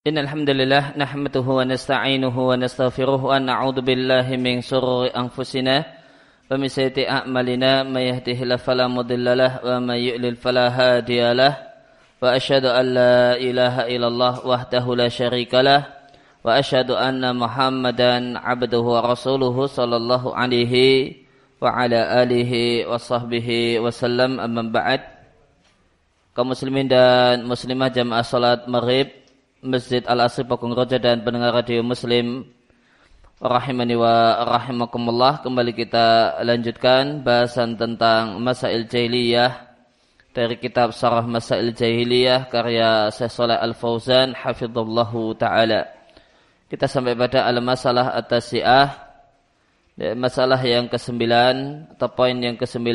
Innal hamdalillah nahmaduhu wa nasta'inuhu wa nastaghfiruhu wa na'udzu billahi min shururi anfusina wa min sayyiati a'malina may yahdihillahu fala mudilla lahu wa may yudlil fala hadiya lahu wa asyhadu an la ilaha illallah wahdahu la syarika lahu wa asyhadu anna Muhammadan 'abduhu wa rasuluhu sallallahu alaihi wa ala alihi wa sahbihi wa sallam. Amma ba'd. Kaum muslimin dan muslimah jamaah salat maghrib Masjid Al-Asri Pakung Raja dan pendengar radio Muslim rahimani wa rahimakumullah, kembali kita lanjutkan bahasan tentang Masail Jahiliyah dari kitab Syarah Masail Jahiliyah karya Syekh Shalih Al-Fauzan hafizallahu taala. Kita sampai pada al-masalah at-tasi'ah, masalah yang ke-9 atau poin yang ke-9,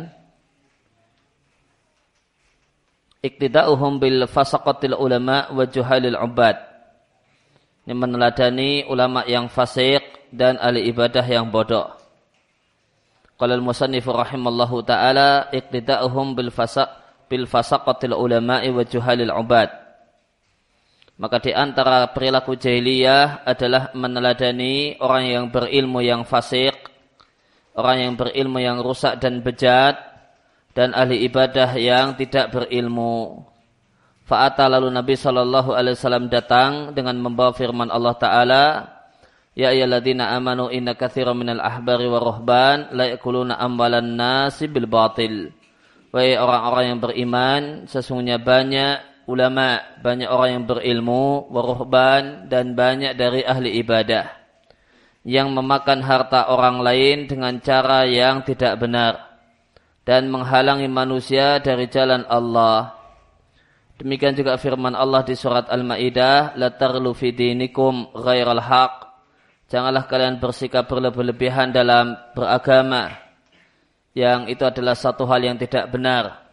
iktida'uhum bil fasaqatil ulama wa juhalil ubad. Ini meneladani ulama yang fasik dan ahli ibadah yang bodoh. Qala al-musannif rahimallahu taala iktida'uhum bil fasaqatil ulama wa juhalil ubad. Maka di antara perilaku jahiliyah adalah meneladani orang yang berilmu yang fasik, orang yang berilmu yang rusak dan bejat, dan ahli ibadah yang tidak berilmu. Fa'ata, lalu Nabi SAW datang dengan membawa firman Allah Ta'ala, Ya ayyuhalladzina amanu inna katsiran minal ahbari wa ruhban la ya'kuluna amwalan nasi bil batil. Wahai orang-orang yang beriman, sesungguhnya banyak ulama, banyak orang yang berilmu, wa ruhban, dan banyak dari ahli ibadah yang memakan harta orang lain dengan cara yang tidak benar dan menghalangi manusia dari jalan Allah. Demikian juga firman Allah di surat Al-Maidah, la tarlu fi dinikum ghairal haq. Janganlah kalian bersikap berlebih-lebihan dalam beragama, yang itu adalah satu hal yang tidak benar.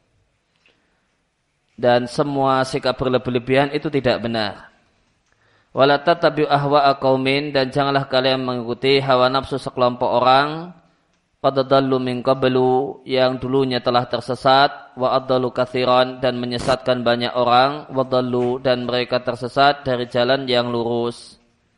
Dan semua sikap berlebih-lebihan itu tidak benar. Wala tattabi'u ahwa'a qaumin, dan janganlah kalian mengikuti hawa nafsu sekelompok orang, qad dallu min qablu, yang dulunya telah tersesat, wa adallu katsiran, dan menyesatkan banyak orang, wa dallu, dan mereka tersesat dari jalan yang lurus.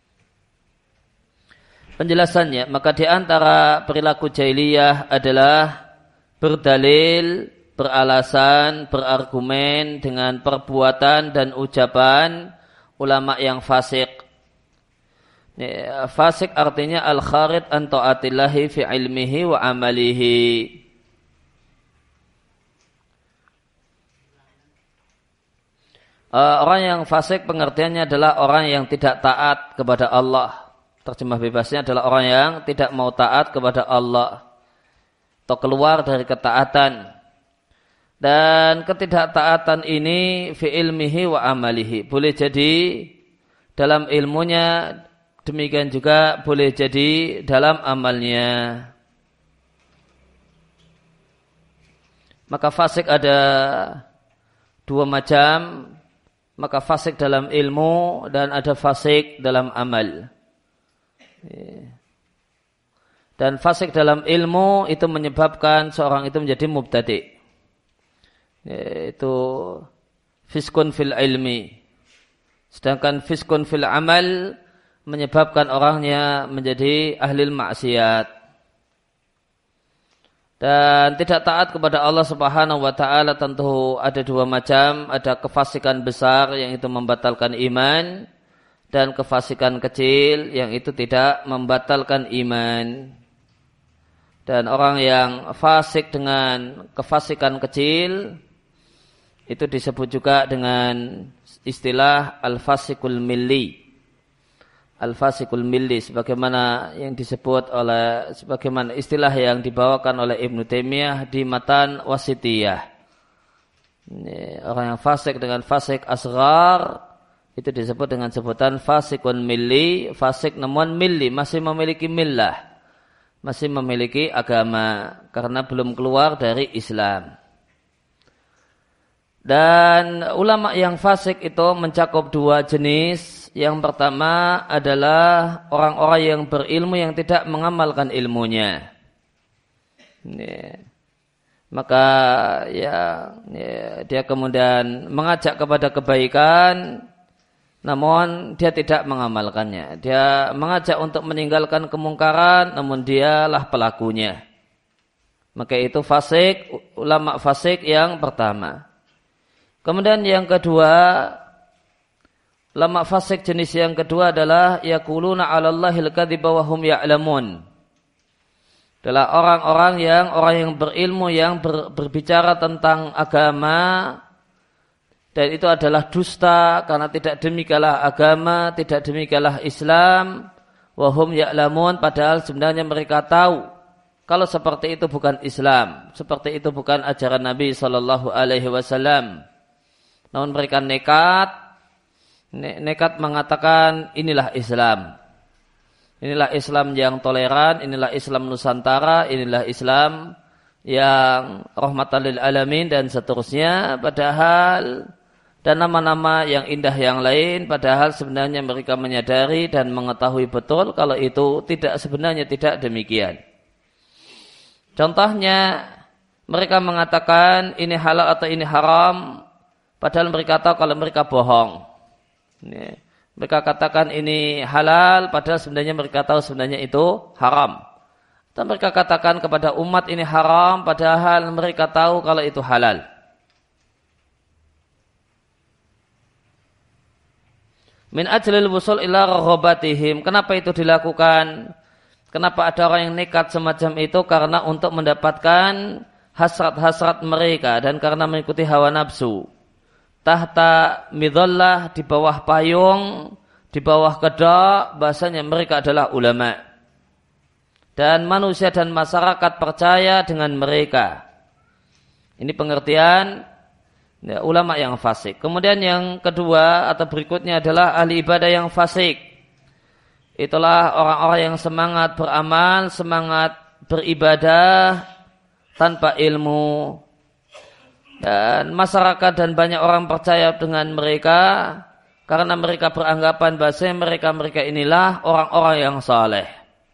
Penjelasannya, maka di antara perilaku jahiliyah adalah berdalil, beralasan, berargumen dengan perbuatan dan ucapan ulama yang fasik. Fasik artinya al-kharid an ta'atillahi fi ilmihi wa amalihi. Orang yang fasik pengertiannya adalah orang yang tidak taat kepada Allah. Terjemah bebasnya adalah orang yang tidak mau taat kepada Allah atau keluar dari ketaatan. Dan ketidaktaatan ini fi ilmihi wa amalihi. Boleh jadi dalam ilmunya, demikian juga boleh jadi dalam amalnya. Maka fasik ada dua macam. Maka fasik dalam ilmu dan ada fasik dalam amal. Dan fasik dalam ilmu itu menyebabkan seorang itu menjadi mubtadi'. Itu fiskun fil ilmi. Sedangkan fiskun fil amal menyebabkan orangnya menjadi ahli maksiat dan tidak taat kepada Allah Subhanahu wa taala. Tentu ada dua macam, ada kefasikan besar yang itu membatalkan iman dan kefasikan kecil yang itu tidak membatalkan iman. Dan orang yang fasik dengan kefasikan kecil itu disebut juga dengan istilah al-fasikul milli. Al-fasikul milli, sebagaimana yang disebut oleh, sebagaimana istilah yang dibawakan oleh Ibnu Taimiyah di Matan Wasitiyah. Orang yang fasik dengan fasik asghar itu disebut dengan sebutan fasikun milli. Fasik namun milli, masih memiliki millah, masih memiliki agama karena belum keluar dari Islam. Dan ulama yang fasik itu mencakup dua jenis. Yang pertama adalah orang-orang yang berilmu yang tidak mengamalkan ilmunya. Maka dia kemudian mengajak kepada kebaikan namun dia tidak mengamalkannya. Dia mengajak untuk meninggalkan kemungkaran, namun dialah pelakunya. Maka itu fasik, ulama fasik yang pertama. Kemudian yang kedua, ulama fasik jenis yang kedua adalah yaquluna 'alallahil kadziba wa hum ya'lamun. Adalah orang yang berilmu yang berbicara tentang agama, dan itu adalah dusta karena tidak demikianlah agama, tidak demikianlah Islam. Wa hum ya'lamun, padahal sebenarnya mereka tahu kalau seperti itu bukan Islam, seperti itu bukan ajaran Nabi sallallahu alaihi wasallam. Namun mereka nekat mengatakan inilah Islam. Inilah Islam yang toleran, inilah Islam Nusantara, inilah Islam yang rahmatan lil alamin dan seterusnya, padahal dan nama-nama yang indah yang lain, padahal sebenarnya mereka menyadari dan mengetahui betul kalau itu sebenarnya tidak demikian. Contohnya, mereka mengatakan ini halal atau ini haram, padahal mereka tahu kalau mereka bohong. Mereka katakan ini halal, padahal sebenarnya mereka tahu sebenarnya itu haram. Dan mereka katakan kepada umat ini haram, padahal mereka tahu kalau itu halal. Min ajlil wusul ila raghabatihim. Kenapa itu dilakukan? Kenapa ada orang yang nekat semacam itu? Karena untuk mendapatkan hasrat-hasrat mereka dan karena mengikuti hawa nafsu. Tahta midhallah, di bawah payung, di bawah kedok, bahasanya mereka adalah ulama. Dan manusia dan masyarakat percaya dengan mereka. Ini pengertian ulama yang fasik. Kemudian yang kedua atau berikutnya adalah ahli ibadah yang fasik. Itulah orang-orang yang semangat beramal, semangat beribadah tanpa ilmu. Dan masyarakat dan banyak orang percaya dengan mereka karena mereka beranggapan bahwa mereka inilah orang-orang yang saleh.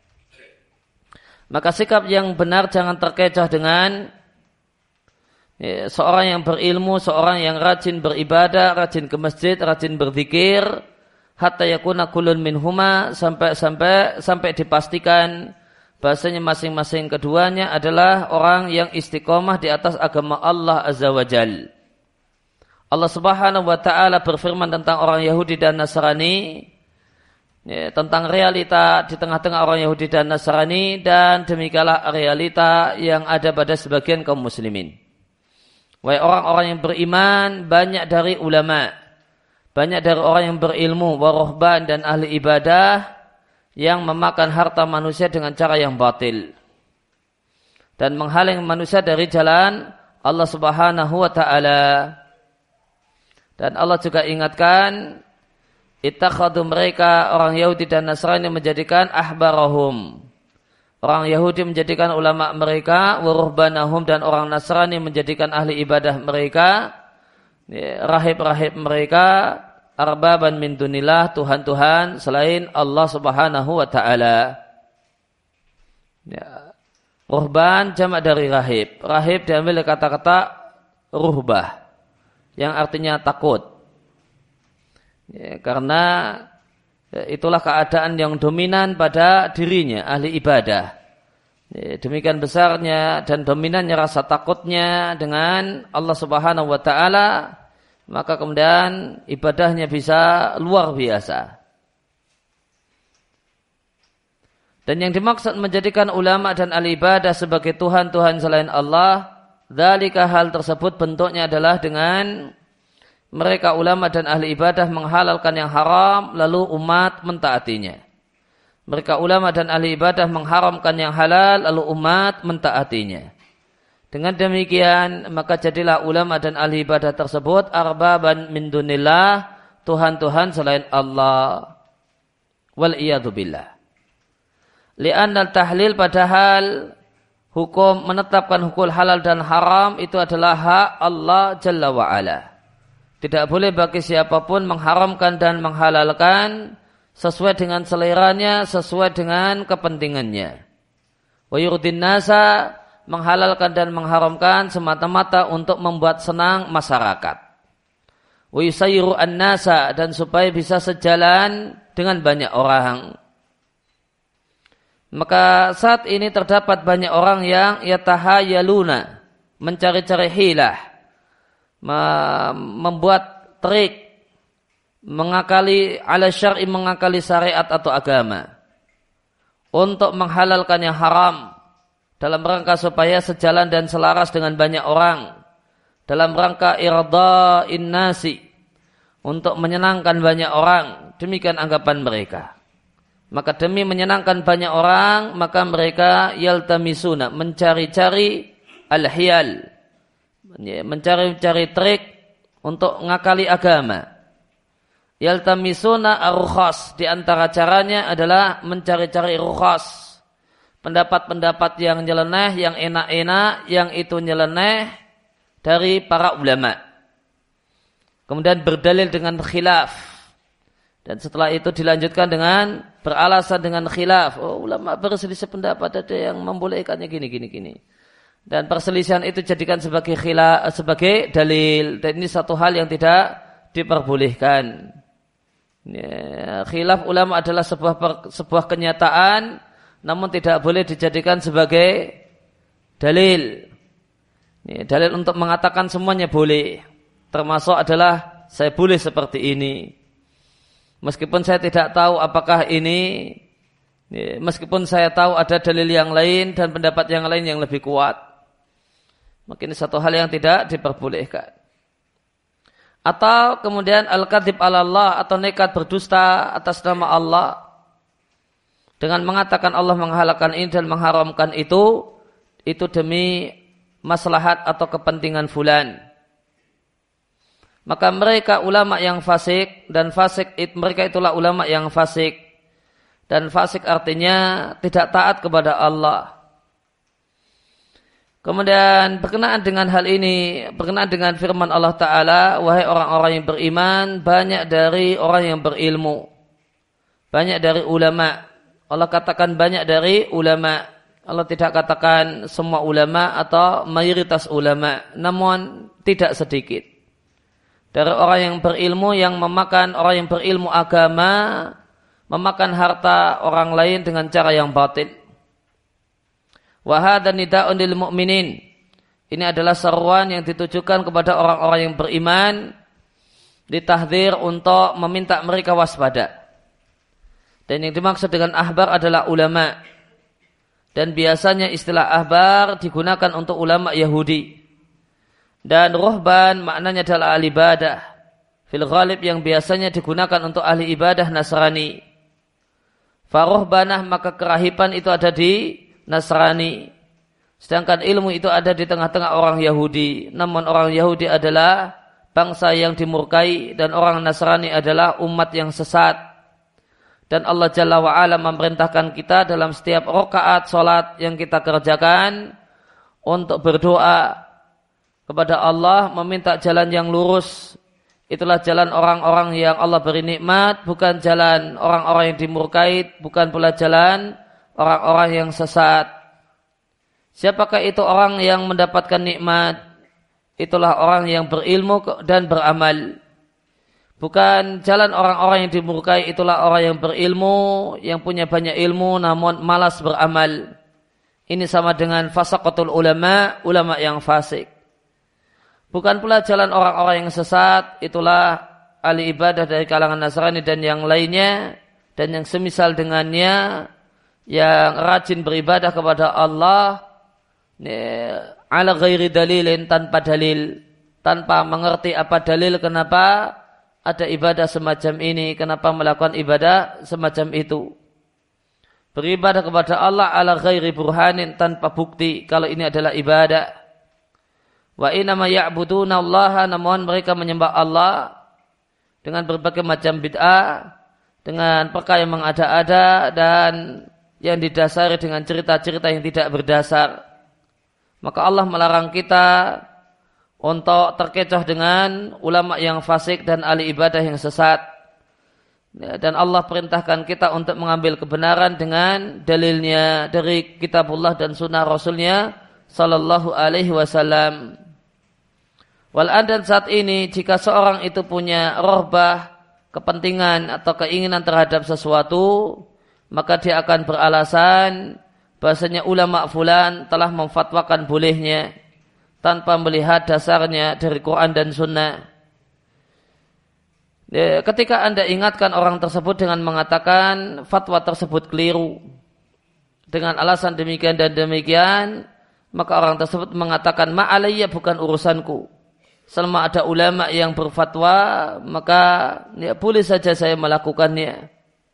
Maka sikap yang benar jangan terkecoh dengan seorang yang berilmu, seorang yang rajin beribadah, rajin ke masjid, rajin berzikir, hatta yakuna kullun minhuma, sampai dipastikan bahasanya masing-masing keduanya adalah orang yang istiqomah di atas agama Allah Azza wa Jal. Allah Subhanahu wa taala berfirman tentang orang Yahudi dan Nasrani, tentang realita di tengah-tengah orang Yahudi dan Nasrani, dan demikianlah realita yang ada pada sebagian kaum muslimin. Wahai orang-orang yang beriman, banyak dari ulama, banyak dari orang yang berilmu, warohban dan ahli ibadah yang memakan harta manusia dengan cara yang batil dan menghalang manusia dari jalan Allah Subhanahu wa taala. Dan Allah juga ingatkan, ittakhadhu, mereka orang Yahudi dan Nasrani menjadikan ahbarahum, orang Yahudi menjadikan ulama mereka, waruhbanahum, dan orang Nasrani menjadikan ahli ibadah mereka, rahib-rahib mereka, arbaban min dunillah, Tuhan-Tuhan selain Allah Subhanahu wa taala. Ruhban jamak dari rahib. Rahib diambil dari kata-kata ruhbah yang artinya takut. Karena itulah keadaan yang dominan pada dirinya ahli ibadah. Demikian besarnya dan dominannya rasa takutnya dengan Allah Subhanahu wa taala, maka kemudian ibadahnya bisa luar biasa. Dan yang dimaksud menjadikan ulama dan ahli ibadah sebagai Tuhan-Tuhan selain Allah, dzalika, hal tersebut bentuknya adalah dengan mereka ulama dan ahli ibadah menghalalkan yang haram, lalu umat mentaatinya. Mereka ulama dan ahli ibadah mengharamkan yang halal, lalu umat mentaatinya. Dengan demikian, maka jadilah ulama dan ahli ibadah tersebut arbaban min dunillah, Tuhan-Tuhan selain Allah. Wal iyadu billah. Li'annal tahlil, padahal hukum menetapkan hukum halal dan haram itu adalah hak Allah Jalla wa'ala. Tidak boleh bagi siapapun mengharamkan dan menghalalkan sesuai dengan seleranya, sesuai dengan kepentingannya. Wa yurdin nasa, menghalalkan dan mengharamkan semata-mata untuk membuat senang masyarakat. wa yusayyiru an-nasa, dan supaya bisa sejalan dengan banyak orang. Maka saat ini terdapat banyak orang yang yatahayaluna, mencari-cari hilah, membuat trik, mengakali ala syar'i, mengakali syariat atau agama untuk menghalalkan yang haram dalam rangka supaya sejalan dan selaras dengan banyak orang, dalam rangka irda'in nasi, untuk menyenangkan banyak orang. Demikian anggapan mereka. Maka demi menyenangkan banyak orang, maka mereka yaltamisuna, mencari-cari al-hiyal, mencari-cari trik untuk ngakali agama. Yaltamisuna ar-rukhas, di antara caranya adalah mencari-cari rukhas, pendapat-pendapat yang nyeleneh, yang enak-enak, yang itu nyeleneh dari para ulama. Kemudian berdalil dengan khilaf. Dan setelah itu dilanjutkan dengan beralasan dengan khilaf. Oh, ulama berselisih pendapat, ada yang membolehkannya gini. Dan perselisihan itu jadikan sebagai khilaf, sebagai dalil. Dan ini satu hal yang tidak diperbolehkan. Ya, khilaf ulama adalah sebuah kenyataan, namun tidak boleh dijadikan sebagai dalil. Ya, dalil untuk mengatakan semuanya boleh. Termasuk adalah saya boleh seperti ini. Meskipun saya tidak tahu apakah ini, meskipun saya tahu ada dalil yang lain dan pendapat yang lain yang lebih kuat, mungkin satu hal yang tidak diperbolehkan. Atau kemudian al-kadzib 'ala Allah, atau nekat berdusta atas nama Allah dengan mengatakan Allah menghalalkan ini dan mengharamkan itu demi maslahat atau kepentingan fulan. Maka mereka ulama yang fasik, dan fasik mereka itulah ulama yang fasik. Dan fasik artinya tidak taat kepada Allah. Kemudian berkenaan dengan hal ini, berkenaan dengan firman Allah Ta'ala, wahai orang-orang yang beriman, banyak dari orang yang berilmu, banyak dari ulama. Allah katakan banyak dari ulama. Allah tidak katakan semua ulama atau mayoritas ulama, namun tidak sedikit dari orang yang berilmu yang memakan, orang yang berilmu agama, memakan harta orang lain dengan cara yang batil. Wa hadza nida'un lil mu'minin. Ini adalah seruan yang ditujukan kepada orang-orang yang beriman, ditahdzir untuk meminta mereka waspada. Dan yang dimaksud dengan ahbar adalah ulama. Dan biasanya istilah ahbar digunakan untuk ulama Yahudi. Dan ruhban maknanya adalah ahli ibadah. Fil ghalib yang biasanya digunakan untuk ahli ibadah Nasrani. Faruhbanah, maka kerahiban itu ada di Nasrani. Sedangkan ilmu itu ada di tengah-tengah orang Yahudi. Namun orang Yahudi adalah bangsa yang dimurkai dan orang Nasrani adalah umat yang sesat. Dan Allah Jalla wa'ala memerintahkan kita dalam setiap rakaat salat yang kita kerjakan untuk berdoa kepada Allah, meminta jalan yang lurus. Itulah jalan orang-orang yang Allah beri nikmat, bukan jalan orang-orang yang dimurkai, bukan pula jalan orang-orang yang sesat. Siapakah itu orang yang mendapatkan nikmat? Itulah orang yang berilmu dan beramal. Bukan jalan orang-orang yang dimurkai, itulah orang yang berilmu, yang punya banyak ilmu namun malas beramal. Ini sama dengan fasaqatul ulama, ulama yang fasik. Bukan pula jalan orang-orang yang sesat, itulah ahli ibadah dari kalangan Nasrani dan yang lainnya, dan yang semisal dengannya, yang rajin beribadah kepada Allah, ala ghairi dalilin, tanpa dalil, tanpa mengerti apa dalil kenapa ada ibadah semacam ini, kenapa melakukan ibadah semacam itu. Beribadah kepada Allah ala ghairi burhanin, tanpa bukti kalau ini adalah ibadah. Wa inama ya'buduna Allah, namun mereka menyembah Allah dengan berbagai macam bid'ah, dengan perkara yang mengada-ada dan yang didasari dengan cerita-cerita yang tidak berdasar. Maka Allah melarang kita untuk terkecoh dengan ulama yang fasik dan ahli ibadah yang sesat. Dan Allah perintahkan kita untuk mengambil kebenaran dengan dalilnya dari kitabullah dan sunnah Rasulnya sallallahu alaihi wasallam. Dan saat ini jika seorang itu punya rohbah, kepentingan atau keinginan terhadap sesuatu, maka dia akan beralasan bahasanya ulama fulan telah memfatwakan bolehnya tanpa melihat dasarnya dari Quran dan Sunnah. Ketika Anda ingatkan orang tersebut dengan mengatakan fatwa tersebut keliru dengan alasan demikian dan demikian, maka orang tersebut mengatakan ma'alayya, bukan urusanku. Selama ada ulama yang berfatwa, maka ya, boleh saja saya melakukannya.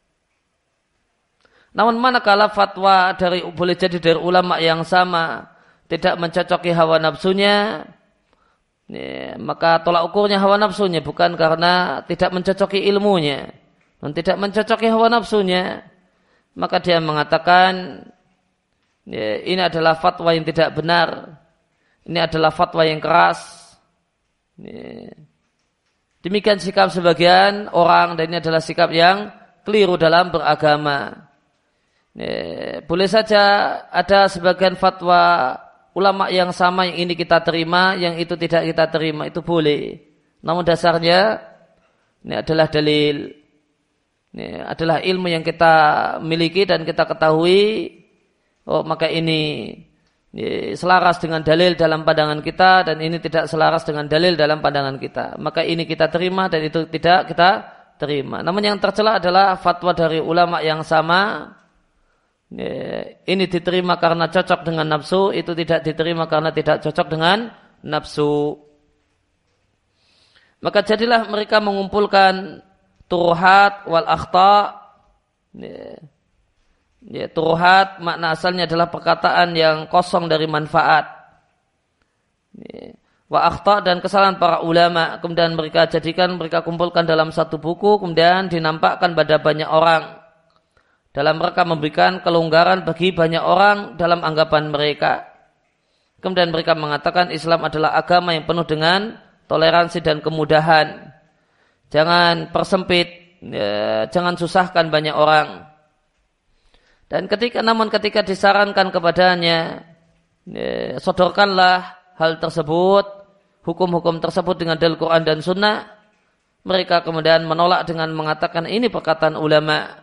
Namun manakala fatwa boleh jadi dari ulama yang sama tidak mencocoki hawa nafsunya, ya, maka tolak ukurnya hawa nafsunya, bukan karena tidak mencocoki ilmunya, dan tidak mencocoki hawa nafsunya, maka dia mengatakan ya, ini adalah fatwa yang tidak benar, ini adalah fatwa yang keras. Ya. Demikian sikap sebagian orang, dan ini adalah sikap yang keliru dalam beragama. Ya, boleh saja ada sebagian fatwa ulama yang sama, yang ini kita terima, yang itu tidak kita terima, itu boleh. Namun dasarnya ini adalah dalil, ini adalah ilmu yang kita miliki dan kita ketahui. Oh, maka ini selaras dengan dalil dalam pandangan kita, dan ini tidak selaras dengan dalil dalam pandangan kita. Maka ini kita terima dan itu tidak kita terima. Namun yang tercela adalah fatwa dari ulama yang sama. Ini diterima karena cocok dengan nafsu, itu tidak diterima karena tidak cocok dengan nafsu. Maka jadilah mereka mengumpulkan turuhat wal akhta. Turuhat makna asalnya adalah perkataan yang kosong dari manfaat. Wa akhta, dan kesalahan para ulama, kemudian mereka kumpulkan dalam satu buku, kemudian dinampakkan pada banyak orang dalam rangka memberikan kelonggaran bagi banyak orang dalam anggapan mereka. Kemudian mereka mengatakan Islam adalah agama yang penuh dengan toleransi dan kemudahan. Jangan persempit, jangan susahkan banyak orang. Dan ketika disarankan kepadanya, sodorkanlah hal tersebut, hukum-hukum tersebut dengan dalil Quran dan Sunnah, mereka kemudian menolak dengan mengatakan ini perkataan ulama.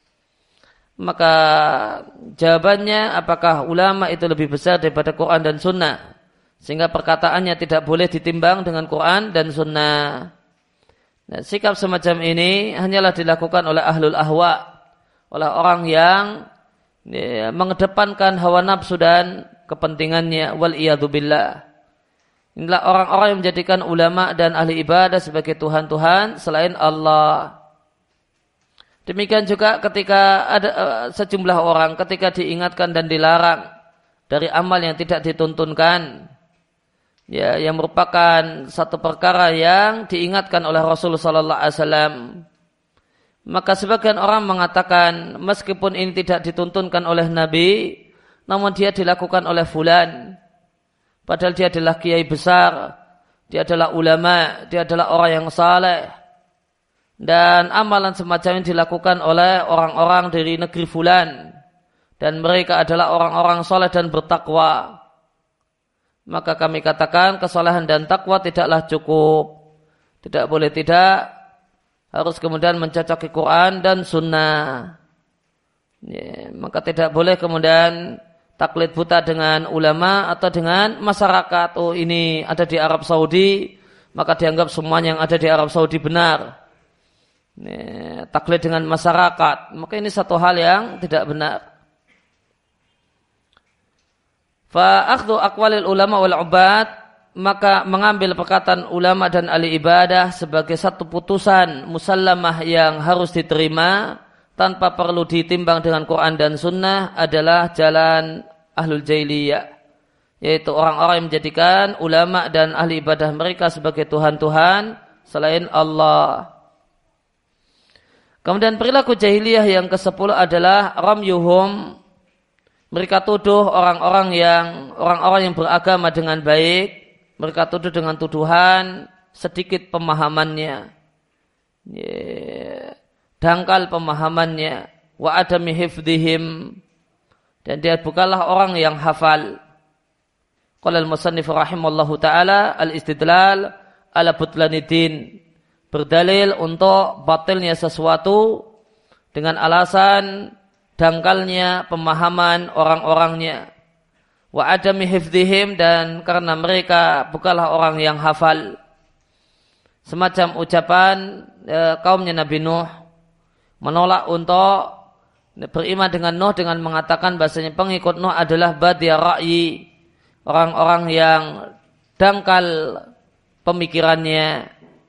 Maka jawabannya, apakah ulama itu lebih besar daripada Quran dan Sunnah, sehingga perkataannya tidak boleh ditimbang dengan Quran dan Sunnah. Nah, sikap semacam ini hanyalah dilakukan oleh ahlul ahwa, oleh orang yang mengedepankan hawa nafsu dan kepentingannya, wal iyadu billah. Inilah orang-orang yang menjadikan ulama dan ahli ibadah sebagai Tuhan-Tuhan selain Allah. Demikian juga ketika ada sejumlah orang ketika diingatkan dan dilarang dari amal yang tidak dituntunkan, ya, yang merupakan satu perkara yang diingatkan oleh Rasulullah sallallahu alaihi wasallam, maka sebagian orang mengatakan meskipun ini tidak dituntunkan oleh Nabi, namun dia dilakukan oleh fulan, padahal dia adalah kiai besar, dia adalah ulama, dia adalah orang yang saleh. Dan amalan semacam ini dilakukan oleh orang-orang dari negeri fulan, dan mereka adalah orang-orang soleh dan bertakwa. Maka kami katakan kesalehan dan takwa tidaklah cukup. Tidak boleh tidak, harus kemudian mencocoki Quran dan Sunnah. Ya, maka tidak boleh kemudian taklid buta dengan ulama atau dengan masyarakat. Oh, ini ada di Arab Saudi, maka dianggap semuanya yang ada di Arab Saudi benar. Taklid dengan masyarakat, maka ini satu hal yang tidak benar. Fa akhdhu aqwalil ulama wal ubad, maka mengambil perkataan ulama dan ahli ibadah sebagai satu putusan musallamah yang harus diterima tanpa perlu ditimbang dengan Quran dan Sunnah adalah jalan ahlul jahiliyah, yaitu orang-orang yang menjadikan ulama dan ahli ibadah mereka sebagai Tuhan-Tuhan selain Allah. Kemudian perilaku jahiliyah yang ke-10 adalah ramyuhum, mereka tuduh orang-orang yang beragama dengan baik, mereka tuduh dengan tuduhan sedikit pemahamannya, dangkal pemahamannya, wa adami hifdhihim, dan dia bukanlah orang yang hafal. Qala al-musannif rahimallahu taala al-istidlal ala butlanidin, berdalil untuk batilnya sesuatu dengan alasan dangkalnya pemahaman orang-orangnya, wa adami hifdzihim, dan karena mereka bukanlah orang yang hafal. Semacam ucapan kaumnya Nabi Nuh menolak untuk beriman dengan Nuh dengan mengatakan bahasanya pengikut Nuh adalah badia ra'yi, orang-orang yang dangkal pemikirannya.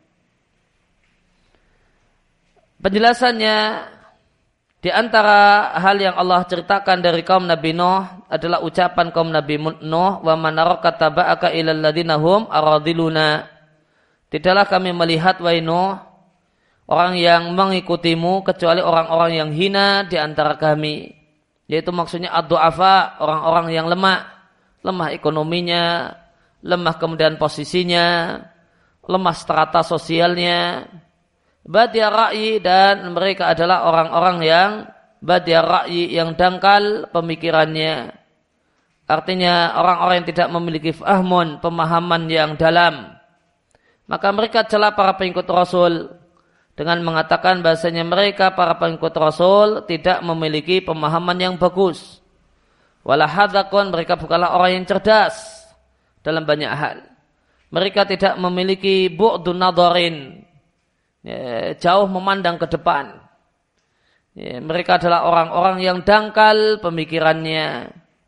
Penjelasannya, di antara hal yang Allah ceritakan dari kaum Nabi Nuh adalah ucapan kaum Nabi Nuh, wa man araka taba'aka ilal ladzina hum aradiluna. Tidaklah kami melihat wahai Nuh orang yang mengikutimu kecuali orang-orang yang hina di antara kami, yaitu maksudnya ad-du'afa, orang-orang yang lemah ekonominya, lemah kemudian posisinya, lemah strata sosialnya. Badia ra'yi, dan mereka adalah orang-orang yang badia ra'yi, yang dangkal pemikirannya. Artinya orang-orang yang tidak memiliki fahmun, pemahaman yang dalam. Maka mereka celah para pengikut Rasul dengan mengatakan bahasanya mereka para pengikut Rasul tidak memiliki pemahaman yang bagus. Walahadzakun, mereka bukanlah orang yang cerdas dalam banyak hal. Mereka tidak memiliki bu'dun nadharin, jauh memandang ke depan. Mereka adalah orang-orang yang dangkal pemikirannya.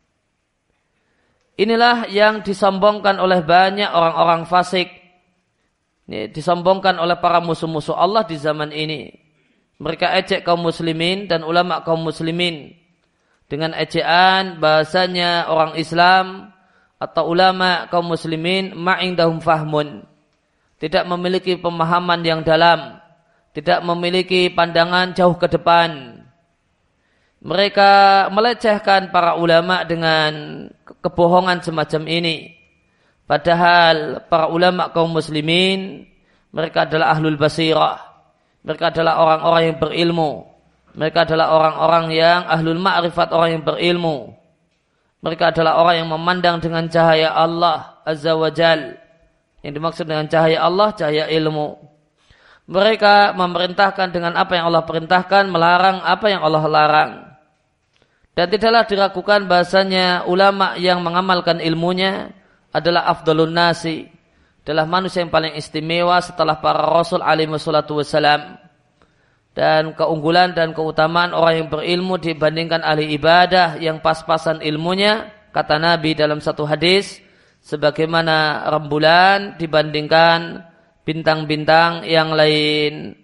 Inilah yang disombongkan oleh banyak orang-orang fasik, disombongkan oleh para musuh-musuh Allah di zaman ini. Mereka ejek kaum muslimin dan ulama kaum muslimin dengan ejaan bahasanya orang Islam atau ulama kaum muslimin ma'indahum fahmun, tidak memiliki pemahaman yang dalam, tidak memiliki pandangan jauh ke depan. Mereka melecehkan para ulama dengan kebohongan semacam ini. Padahal para ulama kaum muslimin, mereka adalah ahlul basirah, mereka adalah orang-orang yang berilmu, mereka adalah orang-orang yang ahlul ma'rifat, orang yang berilmu. Mereka adalah orang yang memandang dengan cahaya Allah Azza wa Jal. Yang dimaksud dengan cahaya Allah, cahaya ilmu. Mereka memerintahkan dengan apa yang Allah perintahkan, melarang apa yang Allah larang. Dan tidaklah diragukan bahasanya ulama yang mengamalkan ilmunya adalah afdalun nasi, adalah manusia yang paling istimewa setelah para rasul alaihi wassalatu wassalam. Dan keunggulan dan keutamaan orang yang berilmu dibandingkan ahli ibadah yang pas-pasan ilmunya, kata Nabi dalam satu hadis, sebagaimana rembulan dibandingkan bintang-bintang yang lain.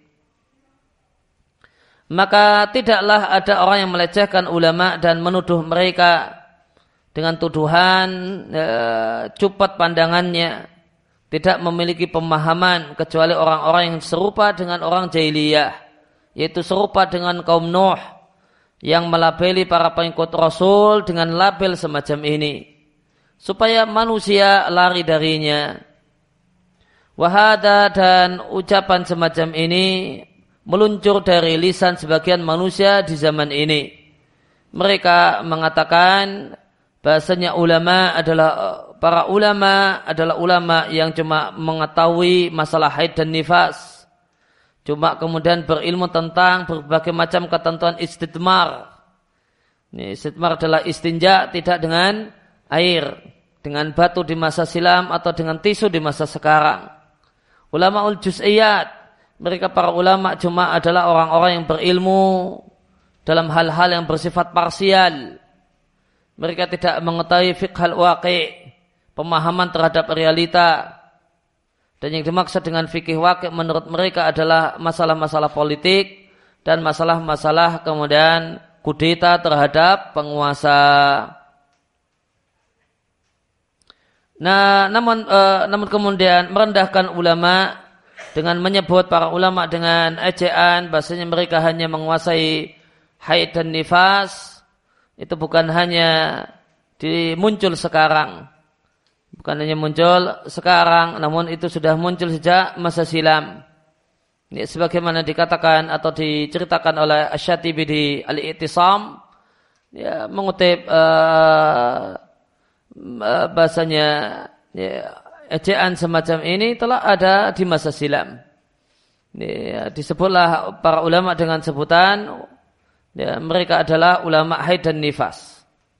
Maka tidaklah ada orang yang melecehkan ulama dan menuduh mereka dengan tuduhan cupot pandangannya, tidak memiliki pemahaman, kecuali orang-orang yang serupa dengan orang jahiliyah, yaitu serupa dengan kaum Nuh yang melabeli para pengikut Rasul dengan label semacam ini supaya manusia lari darinya. Wahada, dan ucapan semacam ini meluncur dari lisan sebagian manusia di zaman ini. Mereka mengatakan bahasanya para ulama adalah ulama yang cuma mengetahui masalah haid dan nifas, cuma kemudian berilmu tentang berbagai macam ketentuan istidmar. Istidmar adalah istinja tidak dengan air, dengan batu di masa silam atau dengan tisu di masa sekarang. Ulama juz'iyat, mereka para ulama cuma adalah orang-orang yang berilmu dalam hal-hal yang bersifat parsial. Mereka tidak mengetahui fiqhal waqi', pemahaman terhadap realita. Dan yang dimaksud dengan fikih waqi' menurut mereka adalah masalah-masalah politik dan masalah-masalah kemudian kudeta terhadap penguasa. Nah, namun kemudian merendahkan ulama dengan menyebut para ulama dengan ejaan bahasanya mereka hanya menguasai haid dan nifas. Itu bukan hanya muncul sekarang, bukan hanya muncul sekarang, namun itu sudah muncul sejak masa silam. Ini sebagaimana dikatakan atau diceritakan oleh Asy-Syatibi di Al-I'tisam, mengutip bahasanya ya, ejaan semacam ini telah ada di masa silam. Ya, disebutlah para ulama dengan sebutan ya, mereka adalah ulama haid dan nifas.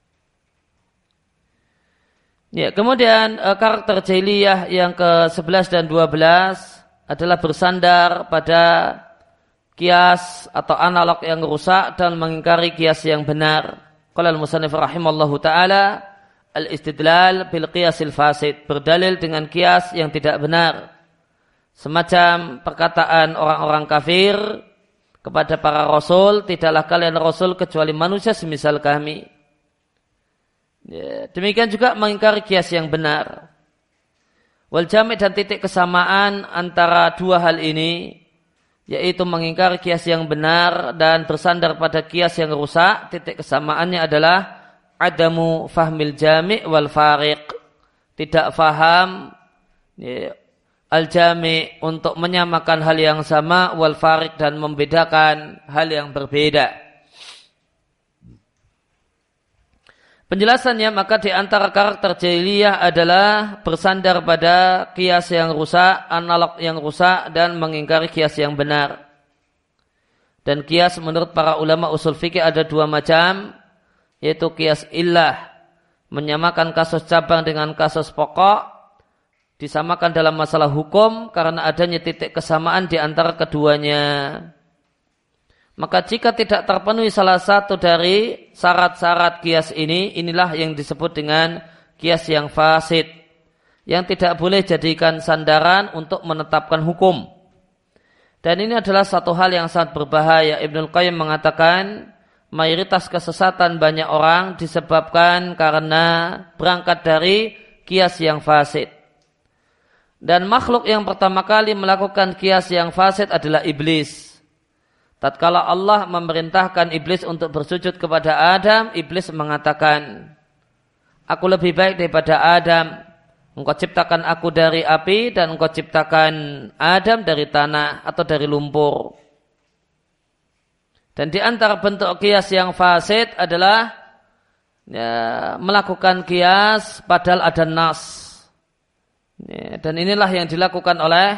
Ya, kemudian karakter jahiliyah yang ke-11 dan 12 adalah bersandar pada kias atau analog yang rusak dan mengingkari kias yang benar. Qala al-musannif rahimallahu taala al-istidlal bil qiyasil fasid, berdalil dengan kias yang tidak benar. Semacam perkataan orang-orang kafir kepada para rasul, tidaklah kalian rasul kecuali manusia semisal kami. Ya, demikian juga mengingkari kias yang benar. Wal jami' dan titik kesamaan antara dua hal ini, yaitu mengingkari kias yang benar dan bersandar pada kias yang rusak, titik kesamaannya adalah adamu fahmil jami' wal fariq, tidak faham ya, al jami' untuk menyamakan hal yang sama, wal fariq dan membedakan hal yang berbeda. Penjelasannya, maka di antara karakter jahiliyah adalah bersandar pada kias yang rusak, analog yang rusak, dan mengingkari kias yang benar. Dan kias menurut para ulama usul fikih ada dua macam, yaitu kias illah, menyamakan kasus cabang dengan kasus pokok, disamakan dalam masalah hukum karena adanya titik kesamaan di antara keduanya. Maka jika tidak terpenuhi salah satu dari syarat-syarat kias ini, inilah yang disebut dengan kias yang fasid, yang tidak boleh jadikan sandaran untuk menetapkan hukum. Dan ini adalah satu hal yang sangat berbahaya. Ibnul Qayyim mengatakan mayoritas kesesatan banyak orang disebabkan karena berangkat dari kias yang fasid. Dan makhluk yang pertama kali melakukan kias yang fasid adalah iblis. Tatkala Allah memerintahkan iblis untuk bersujud kepada Adam, iblis mengatakan, aku lebih baik daripada Adam. Engkau ciptakan aku dari api dan engkau ciptakan Adam dari tanah atau dari lumpur. Dan di antara bentuk kias yang fasid adalah ya, melakukan kias padahal ada nas. Ya, dan inilah yang dilakukan oleh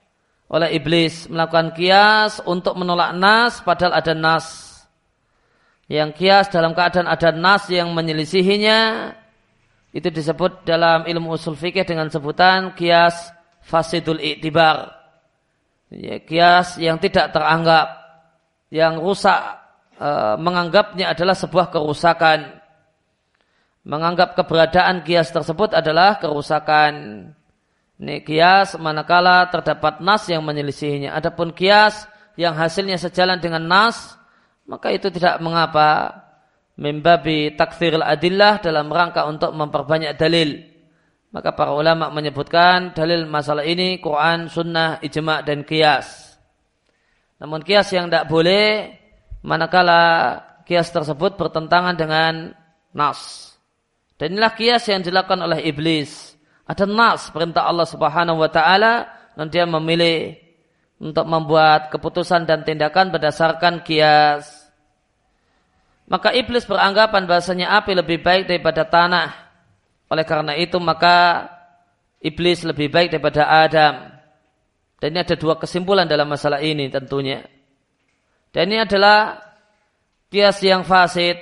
iblis, melakukan kias untuk menolak nas padahal ada nas. Yang kias dalam keadaan ada nas yang menyelisihinya, itu disebut dalam ilmu usul fikih dengan sebutan kias fasidul i'tibar. Ya, kias yang tidak teranggap, yang rusak, menganggapnya adalah sebuah kerusakan. Menganggap keberadaan kias tersebut adalah kerusakan. Ini kias manakala terdapat nas yang menyelisihinya. Adapun kias yang hasilnya sejalan dengan nas, maka itu tidak mengapa. Mimbabi takthiril adillah, dalam rangka untuk memperbanyak dalil. Maka para ulama menyebutkan dalil masalah ini Quran, sunnah, ijma' dan kias. Namun kias yang tidak boleh manakala kias tersebut bertentangan dengan nas. Dan inilah kias yang dilakukan oleh iblis. Ada nas perintah Allah Subhanahu wa taala dan dia memilih untuk membuat keputusan dan tindakan berdasarkan kias. Maka iblis beranggapan bahasanya api lebih baik daripada tanah. Oleh karena itu maka iblis lebih baik daripada Adam. Dan ini ada dua kesimpulan dalam masalah ini tentunya. Dan ini adalah kias yang fasid.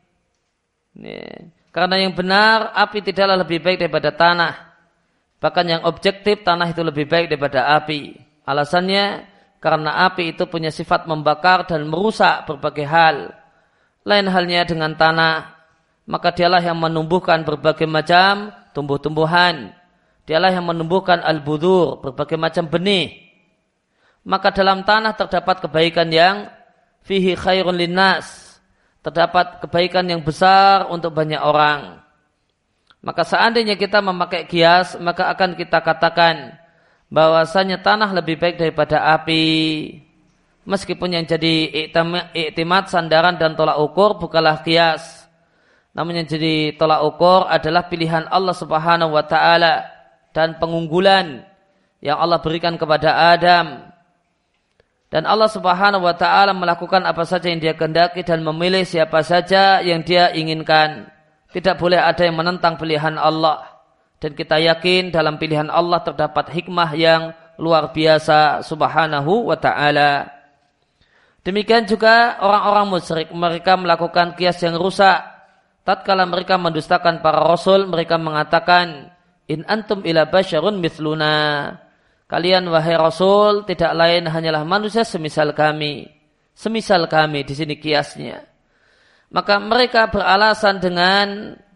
Karena yang benar api tidaklah lebih baik daripada tanah. Bahkan yang objektif tanah itu lebih baik daripada api. Alasannya karena api itu punya sifat membakar dan merusak berbagai hal. Lain halnya dengan tanah. Maka dialah yang menumbuhkan berbagai macam tumbuh-tumbuhan. Dialah yang menumbuhkan al-budur, berbagai macam benih. Maka dalam tanah terdapat kebaikan yang fihi khairun linnas. Terdapat kebaikan yang besar untuk banyak orang. Maka seandainya kita memakai kias, maka akan kita katakan bahwasanya tanah lebih baik daripada api. Meskipun yang jadi iktimat, sandaran dan tolak ukur bukanlah kias. Namun yang jadi tolak ukur adalah pilihan Allah Subhanahu wa taala dan pengunggulan yang Allah berikan kepada Adam. Dan Allah Subhanahu wa taala melakukan apa saja yang Dia kehendaki dan memilih siapa saja yang Dia inginkan. tidak boleh ada yang menentang pilihan Allah. Dan kita yakin dalam pilihan Allah terdapat hikmah yang luar biasa subhanahu wa ta'ala. Demikian juga orang-orang musyrik, mereka melakukan kias yang rusak. Tatkala mereka mendustakan para rasul, mereka mengatakan, in antum ila basyarun mithluna. Kalian wahai rasul tidak lain hanyalah manusia semisal kami. Semisal kami, di sini kiasnya. Maka mereka beralasan dengan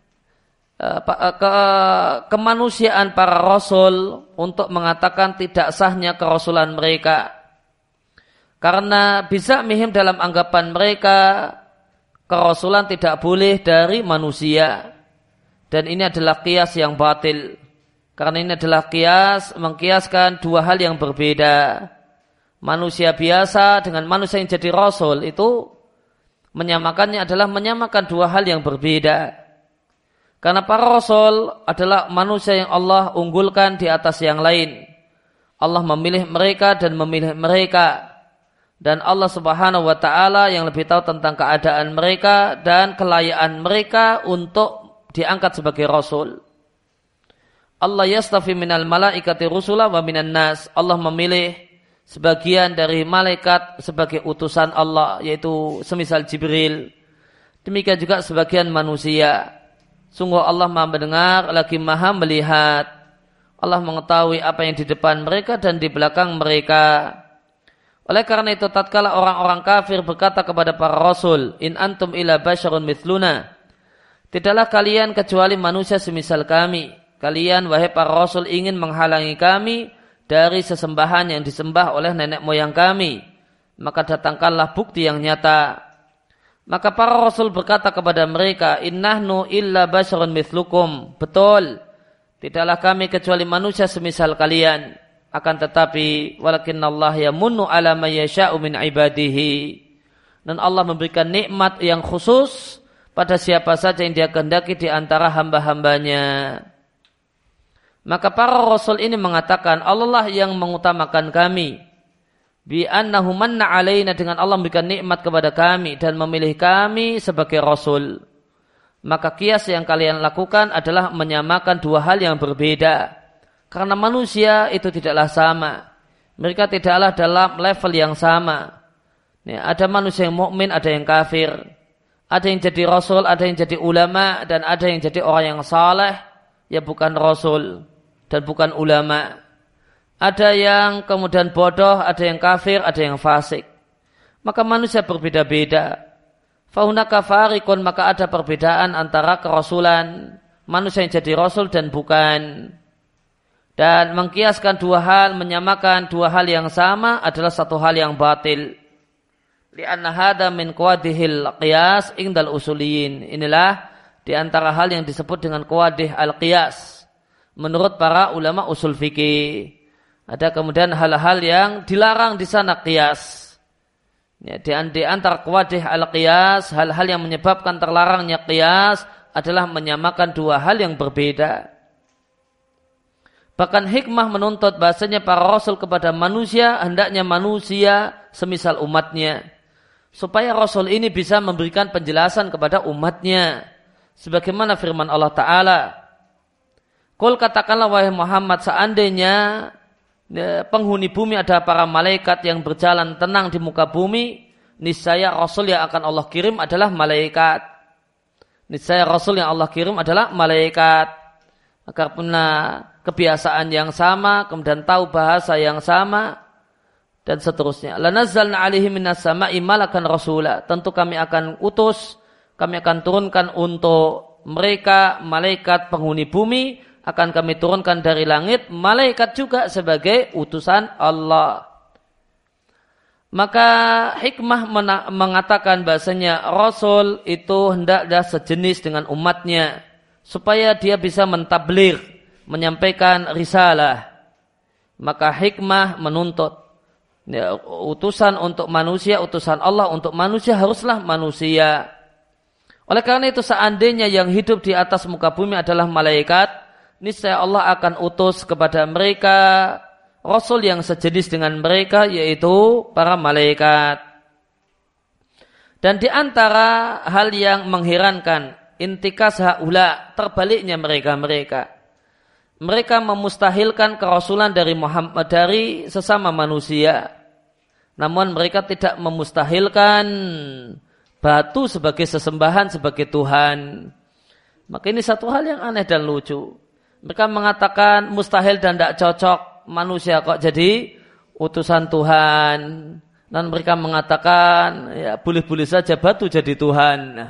kemanusiaan para rasul untuk mengatakan tidak sahnya kerasulan mereka. Karena bisa mihim dalam anggapan mereka kerasulan tidak boleh dari manusia. Dan ini adalah kias yang batil. Karena ini adalah kias, mengkiaskan dua hal yang berbeda. Manusia biasa dengan manusia yang jadi rasul itu menyamakannya adalah menyamakan dua hal yang berbeda. Karena para rasul adalah manusia yang Allah unggulkan di atas yang lain. Allah memilih mereka dan memilih mereka. Dan Allah subhanahu wa ta'ala yang lebih tahu tentang keadaan mereka dan kelayaan mereka untuk diangkat sebagai rasul. Allah yastafi minal malaikati rusula wa minan nas. Allah memilih sebagian dari malaikat sebagai utusan Allah, yaitu semisal Jibril. Demikian juga sebagian manusia. Sungguh Allah maha mendengar lagi maha melihat. Allah mengetahui apa yang di depan mereka dan di belakang mereka. Oleh karena itu tatkala orang-orang kafir berkata kepada para rasul, in antum ila basyarun mithluna. Tidaklah kalian kecuali manusia semisal kami. Kalian wahai para rasul ingin menghalangi kami dari sesembahan yang disembah oleh nenek moyang kami. Maka datangkanlah bukti yang nyata. Maka para rasul berkata kepada mereka, innahnu illa basyarun mithlukum. Betul, tidaklah kami kecuali manusia semisal kalian. Akan tetapi, walakinnallaha yamunnu ala man yasha'u min ibadihi. Dan Allah memberikan nikmat yang khusus pada siapa saja yang Dia kehendaki di antara hamba-hambanya. Maka para rasul ini mengatakan, Allah lah yang mengutamakan kami. Bi annahu manna alaina, dengan Allah memberikan nikmat kepada kami dan memilih kami sebagai rasul. Maka kias yang kalian lakukan adalah menyamakan dua hal yang berbeda. Karena manusia itu tidaklah sama. Mereka tidaklah dalam level yang sama. Ada manusia yang mukmin, ada yang kafir. Ada yang jadi rasul, ada yang jadi ulama, dan ada yang jadi orang yang saleh, ya bukan rasul dan bukan ulama. Ada yang kemudian bodoh, ada yang kafir, ada yang fasik. Maka manusia berbeda-beda. Fahunaka farikun, maka ada perbedaan antara kerasulan manusia yang jadi rasul dan bukan. Dan mengkiaskan dua hal, menyamakan dua hal yang sama adalah satu hal yang batil. Li'anna hadha min qawadihil qiyas indal usuliyin. Inilah di antara hal yang disebut dengan qawadih al-qiyas menurut para ulama usul fikih. Ada kemudian hal-hal yang dilarang di sana qiyas. Ya, di antara qawadih al-qiyas, hal-hal yang menyebabkan terlarangnya qiyas adalah menyamakan dua hal yang berbeda. Bahkan hikmah menuntut bahasanya para rasul kepada manusia, hendaknya manusia semisal umatnya. Supaya rasul ini bisa memberikan penjelasan kepada umatnya. Sebagaimana firman Allah Ta'ala. Qul katakanlah wahai Muhammad, seandainya penghuni bumi ada para malaikat yang berjalan tenang di muka bumi, niscaya rasul yang akan Allah kirim adalah malaikat. Niscaya rasul yang Allah kirim adalah malaikat. Agar punya kebiasaan yang sama, kemudian tahu bahasa yang sama, dan seterusnya. Lanazzalna alaihim minas sama'i malakan rasula. Tentu kami akan utus, kami akan turunkan untuk mereka malaikat penghuni bumi, akan kami turunkan dari langit malaikat juga sebagai utusan Allah. Maka hikmah mengatakan bahasanya rasul itu hendaklah sejenis dengan umatnya supaya dia bisa mentabligh, menyampaikan risalah. Maka hikmah menuntut utusan untuk manusia, utusan Allah untuk manusia haruslah manusia. Oleh karena itu seandainya yang hidup di atas muka bumi adalah malaikat, niscaya Allah akan utus kepada mereka rasul yang sejenis dengan mereka, yaitu para malaikat. Dan di antara hal yang mengherankan intikas haula, terbaliknya mereka. Mereka memustahilkan kerasulan dari Muhammad dari sesama manusia. Namun mereka tidak memustahilkan batu sebagai sesembahan, sebagai Tuhan. Maka ini satu hal yang aneh dan lucu. Mereka mengatakan mustahil dan tidak cocok manusia kok jadi utusan Tuhan. Dan mereka mengatakan ya boleh-boleh saja batu jadi Tuhan.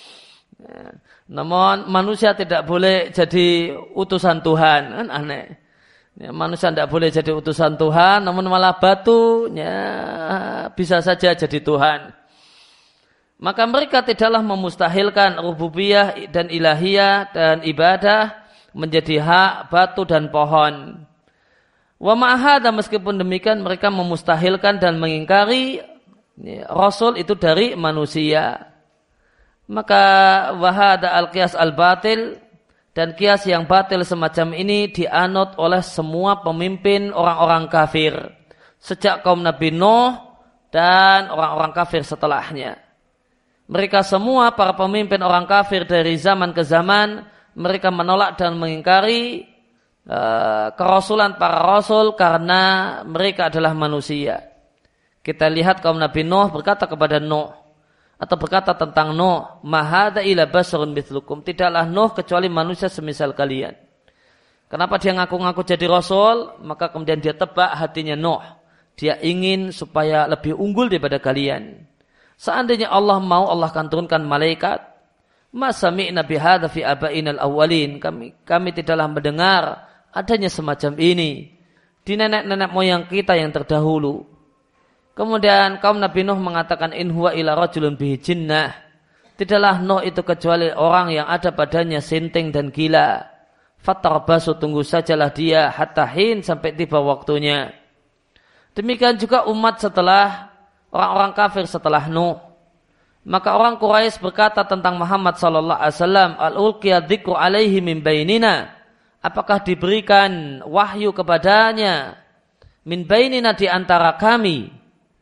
Namun manusia tidak boleh jadi utusan Tuhan, kan aneh. Ya, manusia tidak boleh jadi utusan Tuhan, namun malah batu ya, bisa saja jadi Tuhan. Maka mereka tidaklah memustahilkan rububiyah dan ilahiyah dan ibadah menjadi hak batu dan pohon. Wa ma'ahada, meskipun demikian mereka memustahilkan dan mengingkari ya, Rasul itu dari manusia. Maka wahada al-qiyas al-batil, dan kias yang batil semacam ini dianut oleh semua pemimpin orang-orang kafir sejak kaum Nabi Nuh dan orang-orang kafir setelahnya. Mereka semua para pemimpin orang kafir dari zaman ke zaman, mereka menolak dan mengingkari kerasulan para rasul karena mereka adalah manusia. Kita lihat kaum Nabi Nuh berkata kepada Nuh, atau berkata tentang Nuh, mahada ila basarun mithlukum, tidaklah Nuh kecuali manusia semisal kalian. Kenapa dia ngaku-ngaku jadi rasul? Maka kemudian dia tebak hatinya Nuh. Dia ingin supaya lebih unggul daripada kalian. Seandainya Allah mau, Allah akan turunkan malaikat. Ma sami'na bihadza fi abainal awwalin. Kami tidaklah mendengar adanya semacam ini di nenek-nenek moyang kita yang terdahulu. Kemudian kaum Nabi Nuh mengatakan in huwa ila rajulun bihi jinnah. Tidaklah Nuh itu kecuali orang yang ada padanya sinting dan gila. Fatarbasu, tunggu sajalah dia hatta hin, sampai tiba waktunya. Demikian juga umat setelah orang-orang kafir setelah Nuh. Maka orang Quraisy berkata tentang Muhammad sallallahu alaihi wasallam, al-ulqiya dzikru alaihi min bainina. Apakah diberikan wahyu kepadanya min bainina, di antara kami?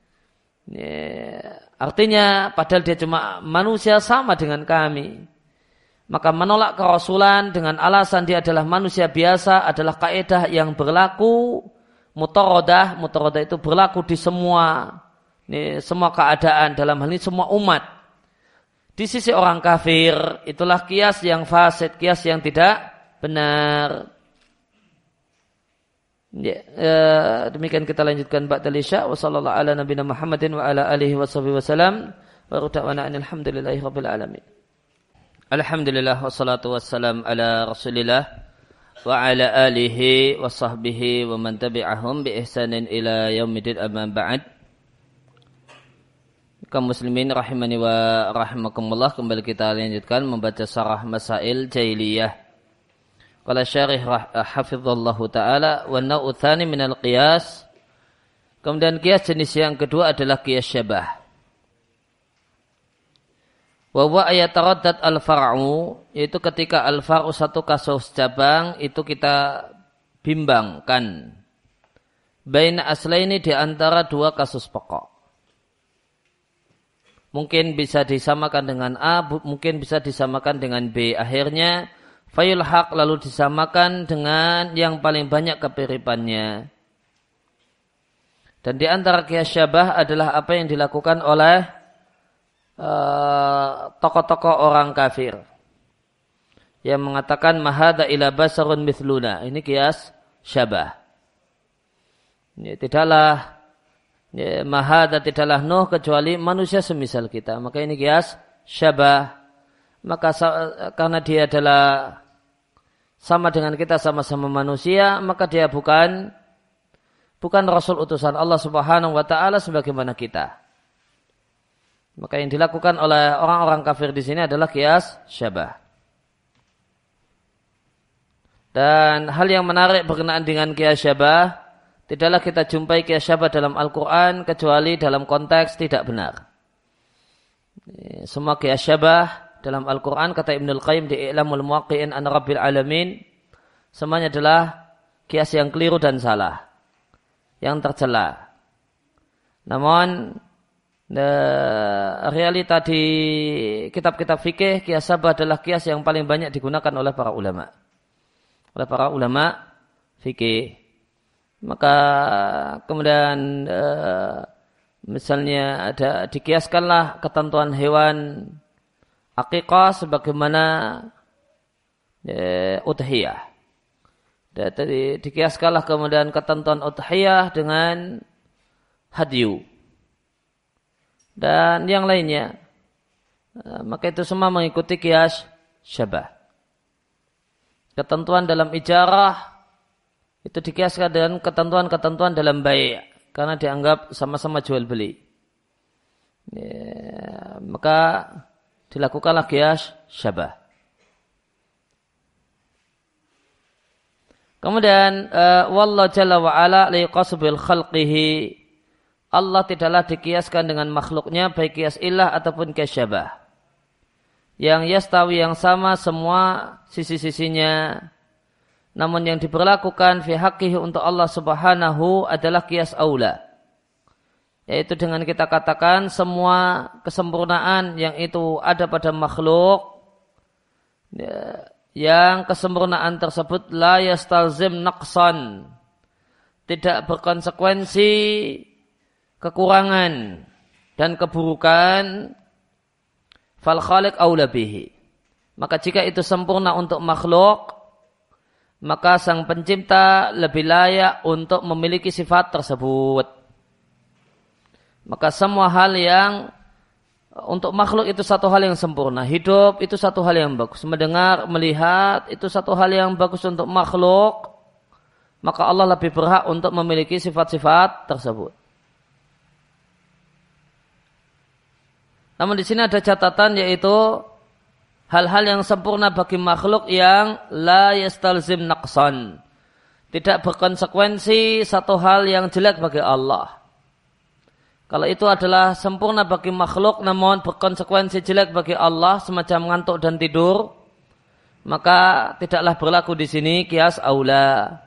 Ya, artinya padahal dia cuma manusia sama dengan kami. Maka menolak kerasulan dengan alasan dia adalah manusia biasa adalah kaidah yang berlaku mutaradah. Mutaradah itu berlaku di semua keadaan, dalam hal ini semua umat. Di sisi orang kafir itulah kias yang fasid, kias yang tidak benar. Ya, demikian kita lanjutkan ba'dal isya. Wa sallallahu ala nabiyina Muhammadin wa ala alihi wa sahbihi wasallam. Wa ruta'wana alhamdulillahi rabbil alamin. Alhamdulillah wassalatu wassalam ala Rasulillah wa ala alihi wa sahbihi wa man tabi'ahum bi ihsanin ila yaumidin, amma ba'd. Kaum muslimin rahimani wa rahimakumullah, kembali kita lanjutkan membaca syarah Masail Jailiyah. Qala syarih hafizallahu ta'ala wa naw'u tsani minal qiyas. Kemudian qiyas jenis yang kedua adalah qiyas syabah. Wa huwa ayataraddad al-far'u, yaitu ketika al-far'u satu kasus cabang itu kita bimbangkan baina aslaini, di antara dua kasus pokok. Mungkin bisa disamakan dengan A, mungkin bisa disamakan dengan B. Akhirnya fayulhaq, lalu disamakan dengan yang paling banyak kepiripannya. Dan di antara qiyas syabah adalah apa yang dilakukan oleh tokoh-tokoh orang kafir yang mengatakan mahada ila basarun mithluna. Ini qiyas syabah. Ini tidaklah mahada, tidaklah Nuh kecuali manusia semisal kita. Maka ini qiyas syabah. Maka karena dia adalah sama dengan kita, sama-sama manusia, maka dia bukan Rasul utusan Allah Subhanahu wa ta'ala sebagaimana kita. Maka yang dilakukan oleh orang-orang kafir di sini adalah qiyas syabah. Dan hal yang menarik berkenaan dengan qiyas syabah, tidaklah kita jumpai qiyas syabah dalam Al-Quran kecuali dalam konteks tidak benar. Semua qiyas syabah dalam Al-Quran, kata Ibnul Qayyim di I'lamul Muwaqqi'in an Rabbil Alamin, semuanya adalah qiyas yang keliru dan salah, yang tercela. Namun realita di kitab-kitab fikih, kias syabah adalah kias yang paling banyak digunakan oleh para ulama. Oleh para ulama fikih. Maka kemudian misalnya ada dikiaskanlah ketentuan hewan akikah sebagaimana udhiyah. Jadi dikiaskanlah kemudian ketentuan udhiyah dengan hadyu dan yang lainnya. Maka itu semua mengikuti kias syabah. Ketentuan dalam ijarah itu dikiaskan dengan ketentuan-ketentuan dalam bai' karena dianggap sama-sama jual beli. Maka dilakukanlah kias syabah. Kemudian wallahu jalla wa ala liqasbil khalqihi, Allah tidaklah dikiaskan dengan makhluknya baik kias ilah ataupun kias syabah. Yang yastawi yang sama semua sisi-sisinya. Namun yang diberlakukan fi haqqihi untuk Allah Subhanahu adalah kias aula. Yaitu dengan kita katakan semua kesempurnaan yang itu ada pada makhluk, yang kesempurnaan tersebut la yastalzim naqsan, tidak berkonsekuensi kekurangan dan keburukan, fal khaliq aula bihi. Maka jika itu sempurna untuk makhluk, maka sang pencipta lebih layak untuk memiliki sifat tersebut. Maka semua hal yang untuk makhluk itu satu hal yang sempurna. Hidup itu satu hal yang bagus. Mendengar, melihat itu satu hal yang bagus untuk makhluk. Maka Allah lebih berhak untuk memiliki sifat-sifat tersebut. Namun di sini ada catatan, yaitu hal-hal yang sempurna bagi makhluk yang la yastalzim naqsan, tidak berkonsekuensi satu hal yang jelek bagi Allah. Kalau itu adalah sempurna bagi makhluk namun berkonsekuensi jelek bagi Allah, semacam ngantuk dan tidur, maka tidaklah berlaku di sini kias aula.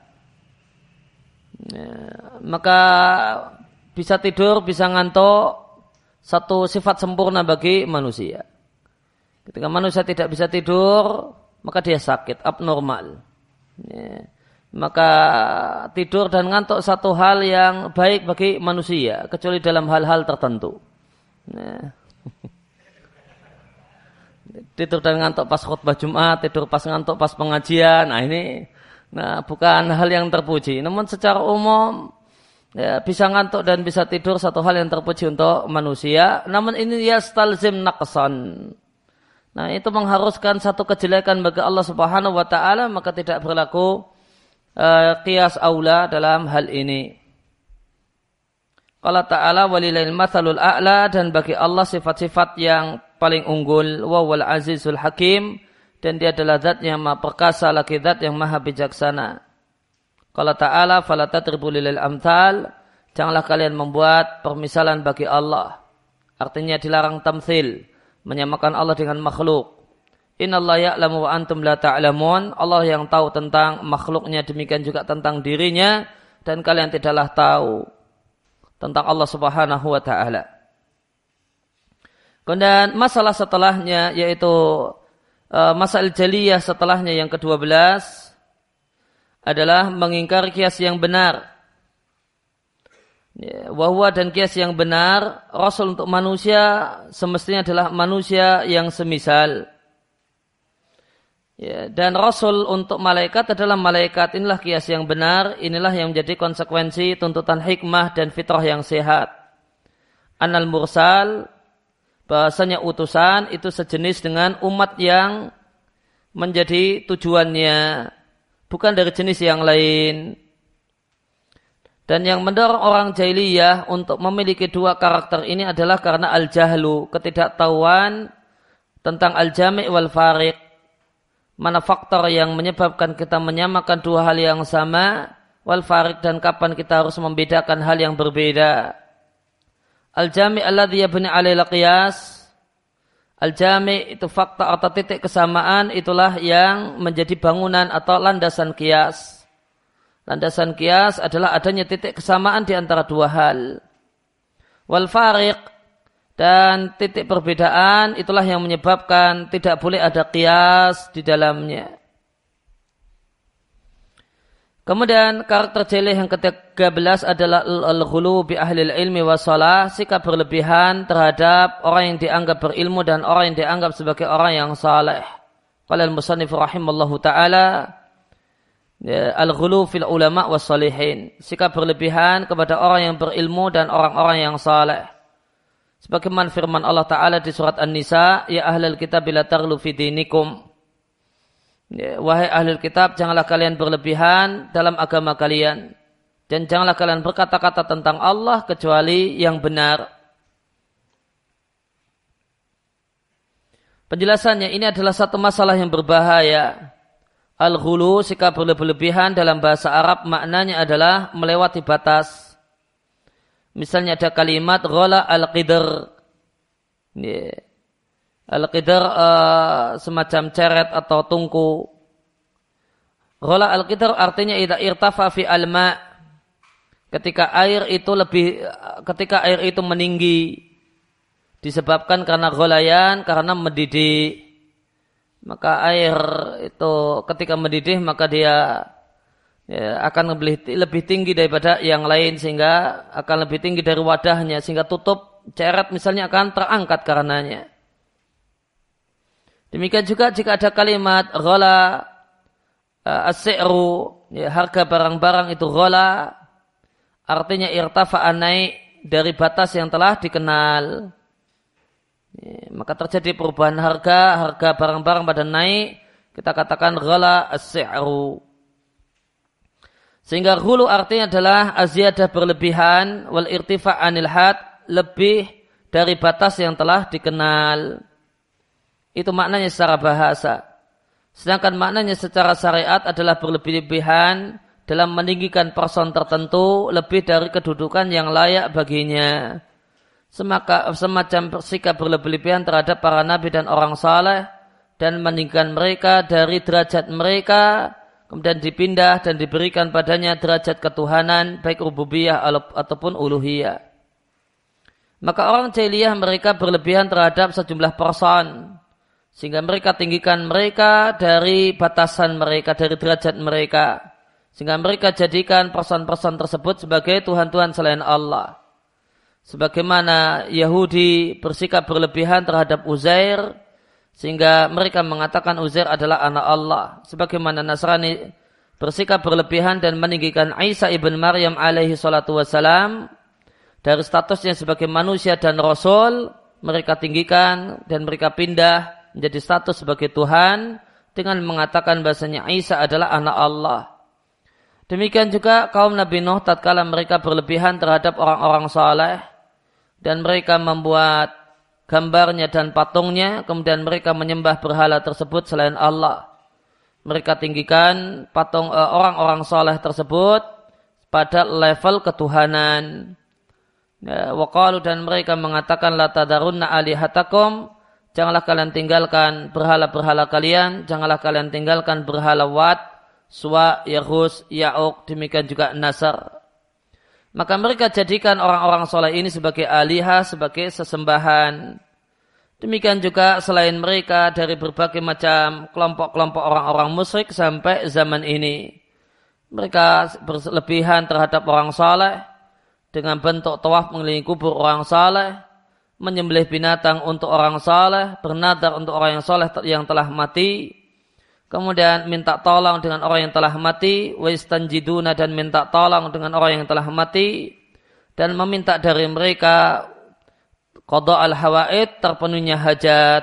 Maka bisa tidur, bisa ngantuk, satu sifat sempurna bagi manusia. Ketika manusia tidak bisa tidur, maka dia sakit, abnormal. Maka tidur dan ngantuk satu hal yang baik bagi manusia, kecuali dalam hal-hal tertentu. Tidur dan ngantuk pas khutbah Jumat, tidur pas ngantuk pas pengajian, ini bukan hal yang terpuji. Namun secara umum, bisa ngantuk dan bisa tidur satu hal yang terpuji untuk manusia. Namun ini yastalzim naqsan. Itu mengharuskan satu kejelekan bagi Allah Subhanahu wa taala, maka tidak berlaku qiyas aula dalam hal ini. Qala ta'ala walillahil matsalul a'la, dan bagi Allah sifat-sifat yang paling unggul, wa wal azizul hakim, dan dia adalah zat yang maha perkasa lagi zat yang maha bijaksana. Qala ta'ala fala tadribu lil amthal, janganlah kalian membuat permisalan bagi Allah. Artinya dilarang tamtsil, menyamakan Allah dengan makhluk. Innallaha ya'lamu wa antum la ta'lamun. Allah yang tahu tentang makhluknya, demikian juga tentang dirinya, dan kalian tidaklah tahu tentang Allah Subhanahu wa ta'ala. Kemudian masalah setelahnya, yaitu masalah jaliyah setelahnya yang ke-12 adalah mengingkari kias yang benar. Wahwa, dan kias yang benar, Rasul untuk manusia semestinya adalah manusia yang semisal. Dan Rasul untuk malaikat adalah malaikat. Inilah kias yang benar. Inilah yang menjadi konsekuensi tuntutan hikmah dan fitrah yang sehat. Anal mursal, bahasanya utusan itu sejenis dengan umat yang menjadi tujuannya, bukan dari jenis yang lain. Dan yang mendorong orang jahiliyah untuk memiliki dua karakter ini adalah karena al-jahlu, ketidaktahuan tentang al-jami' wal fariq. Mana faktor yang menyebabkan kita menyamakan dua hal yang sama, wal fariq, dan kapan kita harus membedakan hal yang berbeda. Al-jami' alladhi yabni 'alaihi al-qiyas. Al-jami' itu fakta atau titik kesamaan, itulah yang menjadi bangunan atau landasan qiyas. Landasan qiyas adalah adanya titik kesamaan di antara dua hal. Wal fariq, Dan titik perbedaan itulah yang menyebabkan tidak boleh ada qiyas di dalamnya. Kemudian karakter jelih yang ke-13 adalah al-ghulu bi ahlil ilmi wa shalah, sikap berlebihan terhadap orang yang dianggap berilmu dan orang yang dianggap sebagai orang yang saleh. Qala al-musannif rahimallahu taala al-ghulu fil ulama was salihin, sikap berlebihan kepada orang yang berilmu dan orang-orang yang saleh. Sebagaimana firman Allah Ta'ala di surat An-Nisa, ya ahlal kitab la taghlu fi dinikum. Ya, wahai ahlul kitab, janganlah kalian berlebihan dalam agama kalian. Dan janganlah kalian berkata-kata tentang Allah kecuali yang benar. Penjelasannya, ini adalah satu masalah yang berbahaya. Al-ghulu, sikap berlebihan dalam bahasa Arab, maknanya adalah melewati batas. Misalnya ada kalimat ghala al-qidr. Al-qidr semacam ceret atau tungku. Ghala al-qidr artinya idza irtafa fi al-ma. Ketika air itu meninggi disebabkan karena ghalayan, karena mendidih. Maka air itu ketika mendidih maka dia akan lebih tinggi daripada yang lain, sehingga akan lebih tinggi dari wadahnya, sehingga tutup ceret misalnya akan terangkat karenanya. Demikian juga jika ada kalimat ghala as-si'ru, harga barang-barang itu ghala, artinya irtafa'a, naik dari batas yang telah dikenal. Maka terjadi perubahan harga barang-barang pada naik, kita katakan ghala as-si'ru. Sehingga ghulu artinya adalah aziyadah berlebihan, wal irtifa' anil had, lebih dari batas yang telah dikenal. Itu maknanya secara bahasa. Sedangkan maknanya secara syariat adalah berlebihan dalam meninggikan person tertentu lebih dari kedudukan yang layak baginya. Semacam sikap berlebihan terhadap para nabi dan orang saleh, dan meninggikan mereka dari derajat mereka, kemudian dipindah dan diberikan padanya derajat ketuhanan, baik rububiyah ataupun uluhiyah. Maka orang jahiliyah mereka berlebihan terhadap sejumlah person, sehingga mereka tinggikan mereka dari batasan mereka, dari derajat mereka, sehingga mereka jadikan person-person tersebut sebagai Tuhan-Tuhan selain Allah. Sebagaimana Yahudi bersikap berlebihan terhadap Uzair, sehingga mereka mengatakan Uzair adalah anak Allah. Sebagaimana Nasrani bersikap berlebihan dan meninggikan Isa ibn Maryam alaihi salatu wassalam dari statusnya sebagai manusia dan Rasul, mereka tinggikan dan mereka pindah menjadi status sebagai Tuhan dengan mengatakan bahasanya Isa adalah anak Allah. Demikian juga kaum Nabi Nuh tatkala mereka berlebihan terhadap orang-orang saleh dan mereka membuat gambarnya dan patungnya, kemudian mereka menyembah berhala tersebut selain Allah. Mereka tinggikan patung orang-orang saleh tersebut pada level ketuhanan. Waqalu, dan mereka mengatakan la tadarunna alihatakum, janganlah kalian tinggalkan berhala-berhala kalian, janganlah kalian tinggalkan berhala Wat, Suwa, Yahus, Ya'uq, demikian juga Nasr. Maka mereka jadikan orang-orang soleh ini sebagai alihah, sebagai sesembahan. Demikian juga selain mereka dari berbagai macam kelompok-kelompok orang-orang musyrik sampai zaman ini. Mereka berlebihan terhadap orang saleh dengan bentuk tawaf mengelilingi kubur orang saleh, menyembelih binatang untuk orang saleh, bernadar untuk orang yang saleh yang telah mati, kemudian minta tolong dengan orang yang telah mati, wa istanjiduna, dan minta tolong dengan orang yang telah mati, dan meminta dari mereka qada al-hawaid, terpenuhnya hajat.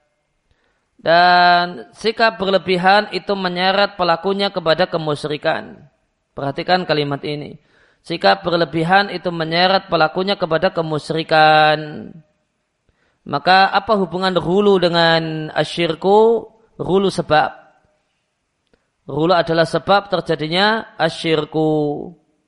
Dan sikap berlebihan itu menyeret pelakunya kepada kemusyrikan. Perhatikan kalimat ini. Sikap berlebihan itu menyeret pelakunya kepada kemusyrikan. Maka apa hubungan hulu dengan asyirku? Hulu sebab. Hulu adalah sebab terjadinya asyirku.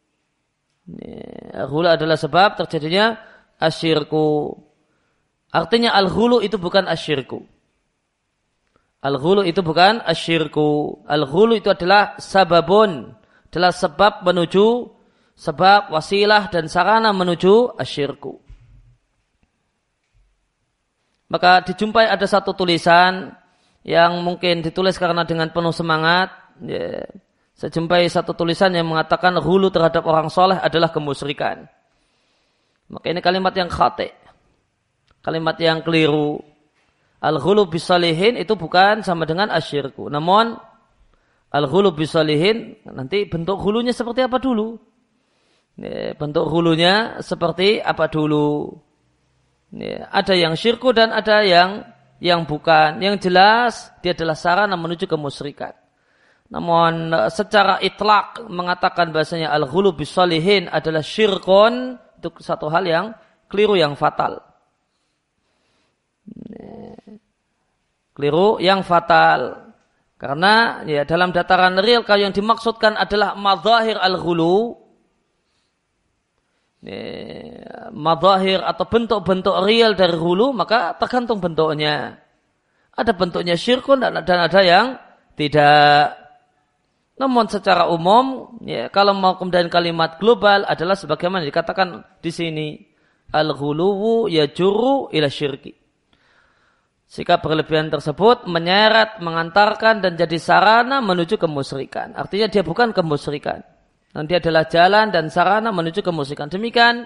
Hulu adalah sebab terjadinya asyirku. Artinya al-hulu itu bukan asyirku. Al-hulu itu bukan asyirku. Al-hulu itu adalah sababun, adalah sebab menuju, sebab, wasilah dan sarana menuju asyirku. Maka dijumpai ada satu tulisan yang mungkin ditulis karena dengan penuh semangat. Ya, saya jumpai satu tulisan yang mengatakan ghulu terhadap orang soleh adalah kemusyrikan. Maka ini kalimat yang khati', kalimat yang keliru. Al-ghulu bisalihin itu bukan sama dengan asyirku. Namun al-ghulu bisalihin nanti bentuk ghulunya seperti apa dulu? Ya, bentuk ghulunya seperti apa dulu? Ya, ada yang syirku dan ada yang bukan. Yang jelas dia adalah sarana menuju kemusyrikan. Namun secara itlak mengatakan bahasanya al-ghulu bisalihin adalah syirkun, itu satu hal yang keliru, yang fatal. Keliru yang fatal. Karena ya dalam dataran real kalau yang dimaksudkan adalah madzahir al-ghulu, madzahir atau bentuk-bentuk real dari hulu, maka tergantung bentuknya. Ada bentuknya syirkun dan ada yang tidak. Namun secara umum, ya, kalau mau kemudian kalimat global adalah sebagaimana dikatakan di sini, al-ghuluwu yajurru ila syirki. Sikap berlebihan tersebut menyeret, mengantarkan dan jadi sarana menuju kemusyrikan. Artinya dia bukan kemusyrikan. Nanti adalah jalan dan sarana menuju kemusyrikan. Demikian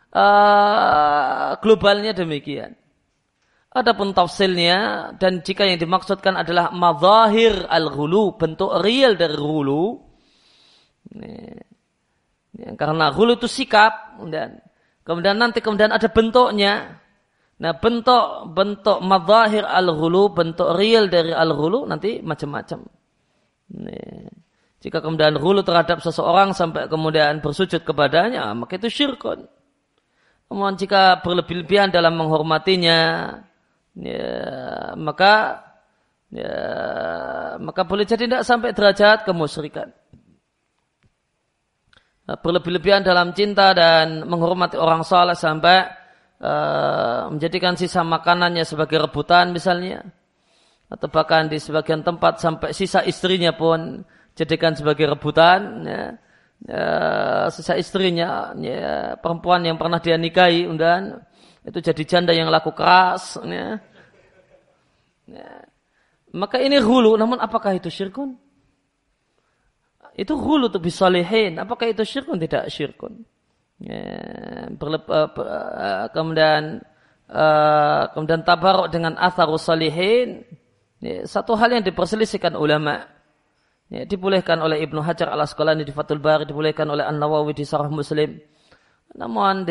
globalnya demikian. Adapun tafsilnya, dan jika yang dimaksudkan adalah madzahir al-ghulu, bentuk real dari ghulu. Karena ghulu itu sikap, dan kemudian ada bentuknya. Nah, bentuk madzahir al-ghulu, bentuk real dari al-ghulu nanti macam-macam. Jika kemudian ghulu terhadap seseorang sampai kemudian bersujud kepadanya, maka itu syirkun. Namun jika berlebih-lebihan dalam menghormatinya, maka boleh jadi tidak sampai derajat kemusyrikan. Berlebih-lebihan dalam cinta dan menghormati orang saleh sampai menjadikan sisa makanannya sebagai rebutan misalnya, atau bahkan di sebagian tempat sampai sisa istrinya pun jadikan sebagai rebutan, sisa istrinya, perempuan yang pernah dia nikahi, dan itu jadi janda yang laku keras. Maka ini ghulu. Namun apakah itu syirkun? Itu ghulu tu bisalihin. Apakah itu syirkun? Tidak syirkun. Kemudian tabaruk dengan atharus salihin, satu hal yang diperselisihkan ulama. Dibolehkan oleh Ibnu Hajar al-Asqalani di Fathul Bari, dibolehkan oleh An-Nawawi di Syarah Muslim. Namun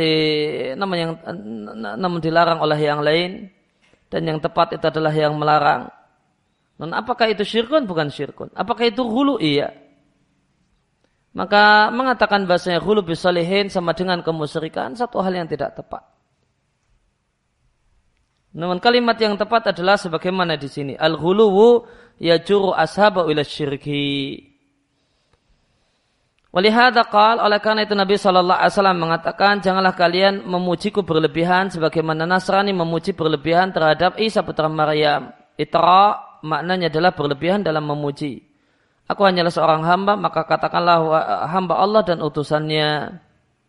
dilarang oleh yang lain, dan yang tepat itu adalah yang melarang. Dan apakah itu syirkun? Bukan syirkun. Apakah itu ghulu? Iya. Maka mengatakan bahasanya ghulu bisalihin sama dengan kemusyrikan, satu hal yang tidak tepat. Namun kalimat yang tepat adalah sebagaimana di sini, al-ghuluwu yajuru ashabu ila syirki. Walihada qala, oleh karena itu Nabi SAW mengatakan, janganlah kalian memujiku berlebihan sebagaimana Nasrani memuji berlebihan terhadap Isa putra Maryam. Itra maknanya adalah berlebihan dalam memuji. Aku hanyalah seorang hamba, maka katakanlah hamba Allah dan utusannya.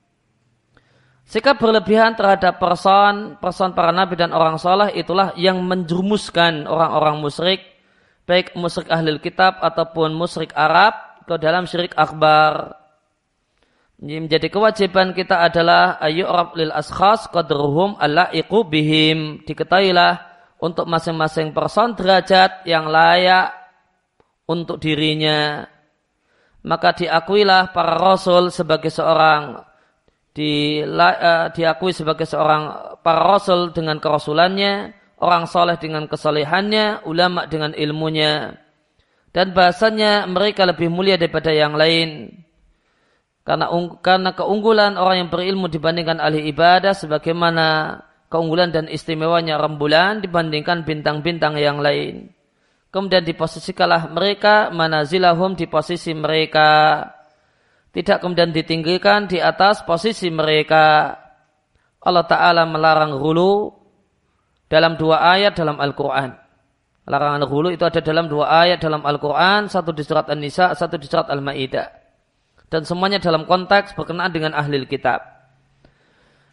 Sikap berlebihan terhadap person para nabi dan orang saleh itulah yang menjerumuskan orang-orang musyrik, baik musyrik ahli kitab ataupun musyrik Arab, ke dalam syirik akbar. Menjadi kewajiban kita adalah ayyurab lil askhas qadruhum allaiqu bihim. Diketahuilah untuk masing-masing person derajat yang layak untuk dirinya. Maka diakuilah para rasul sebagai seorang diakui sebagai seorang para rasul dengan kerasulannya, orang soleh dengan kesalehannya, ulama dengan ilmunya, dan bahasanya mereka lebih mulia daripada yang lain karena keunggulan orang yang berilmu dibandingkan ahli ibadah, sebagaimana keunggulan dan istimewanya rembulan dibandingkan bintang-bintang yang lain. Kemudian diposisikanlah mereka manazilahum, di posisi mereka, tidak kemudian ditinggikan di atas posisi mereka. Allah Ta'ala melarang ghulu dalam 2 ayat dalam Al-Quran. Larangan ghulu itu ada dalam 2 ayat dalam Al-Quran, satu di surat An-Nisa, satu di surat Al-Ma'idah. Dan semuanya dalam konteks berkenaan dengan ahli kitab.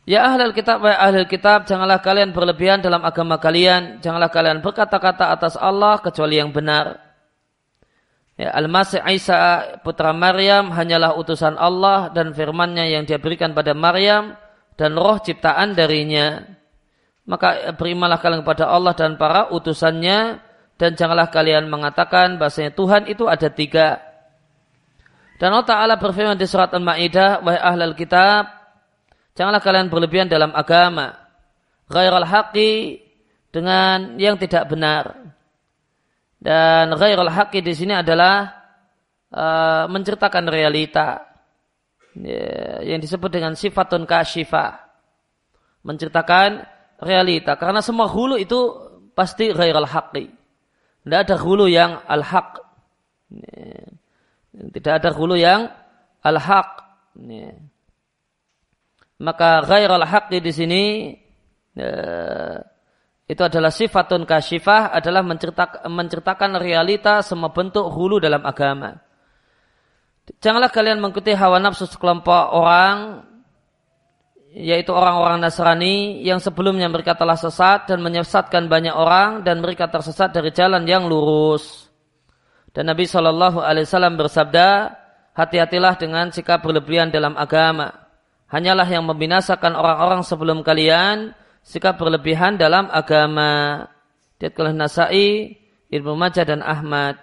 Ya ahlul kitab wa ahlul kitab, janganlah kalian berlebihan dalam agama kalian, janganlah kalian berkata-kata atas Allah kecuali yang benar. Ya, Al-Masih Isa putra Maryam hanyalah utusan Allah dan firman-Nya yang dia berikan pada Maryam dan roh ciptaan darinya. Maka berimanlah kalian kepada Allah dan para utusannya, dan janganlah kalian mengatakan bahasanya Tuhan itu ada 3. Dan Allah Ta'ala berfirman di surat Al-Ma'idah, wahai ahlul kitab, janganlah kalian berlebihan dalam agama, ghairal haqqi, dengan yang tidak benar. Dan ghairal haqqi di sini adalah menceritakan realita, yang disebut dengan sifatun kasyifah, menceritakan realita. Karena semua hulu itu pasti ghairal haqqi. Tidak ada hulu yang al-haq. Tidak ada hulu yang al-haq. Maka ghairal haqqi di sini itu adalah sifatun kasyifah, adalah menceritakan realita semua bentuk hulu dalam agama. Janganlah kalian mengikuti hawa nafsu sekelompok orang, yaitu orang-orang Nasrani yang sebelumnya mereka telah sesat dan menyesatkan banyak orang, dan mereka tersesat dari jalan yang lurus. Dan Nabi SAW bersabda, hati-hatilah dengan sikap berlebihan dalam agama. Hanyalah yang membinasakan orang-orang sebelum kalian sikap berlebihan dalam agama. Diriwayatkan oleh Nasa'i, Ibnu Majah dan Ahmad.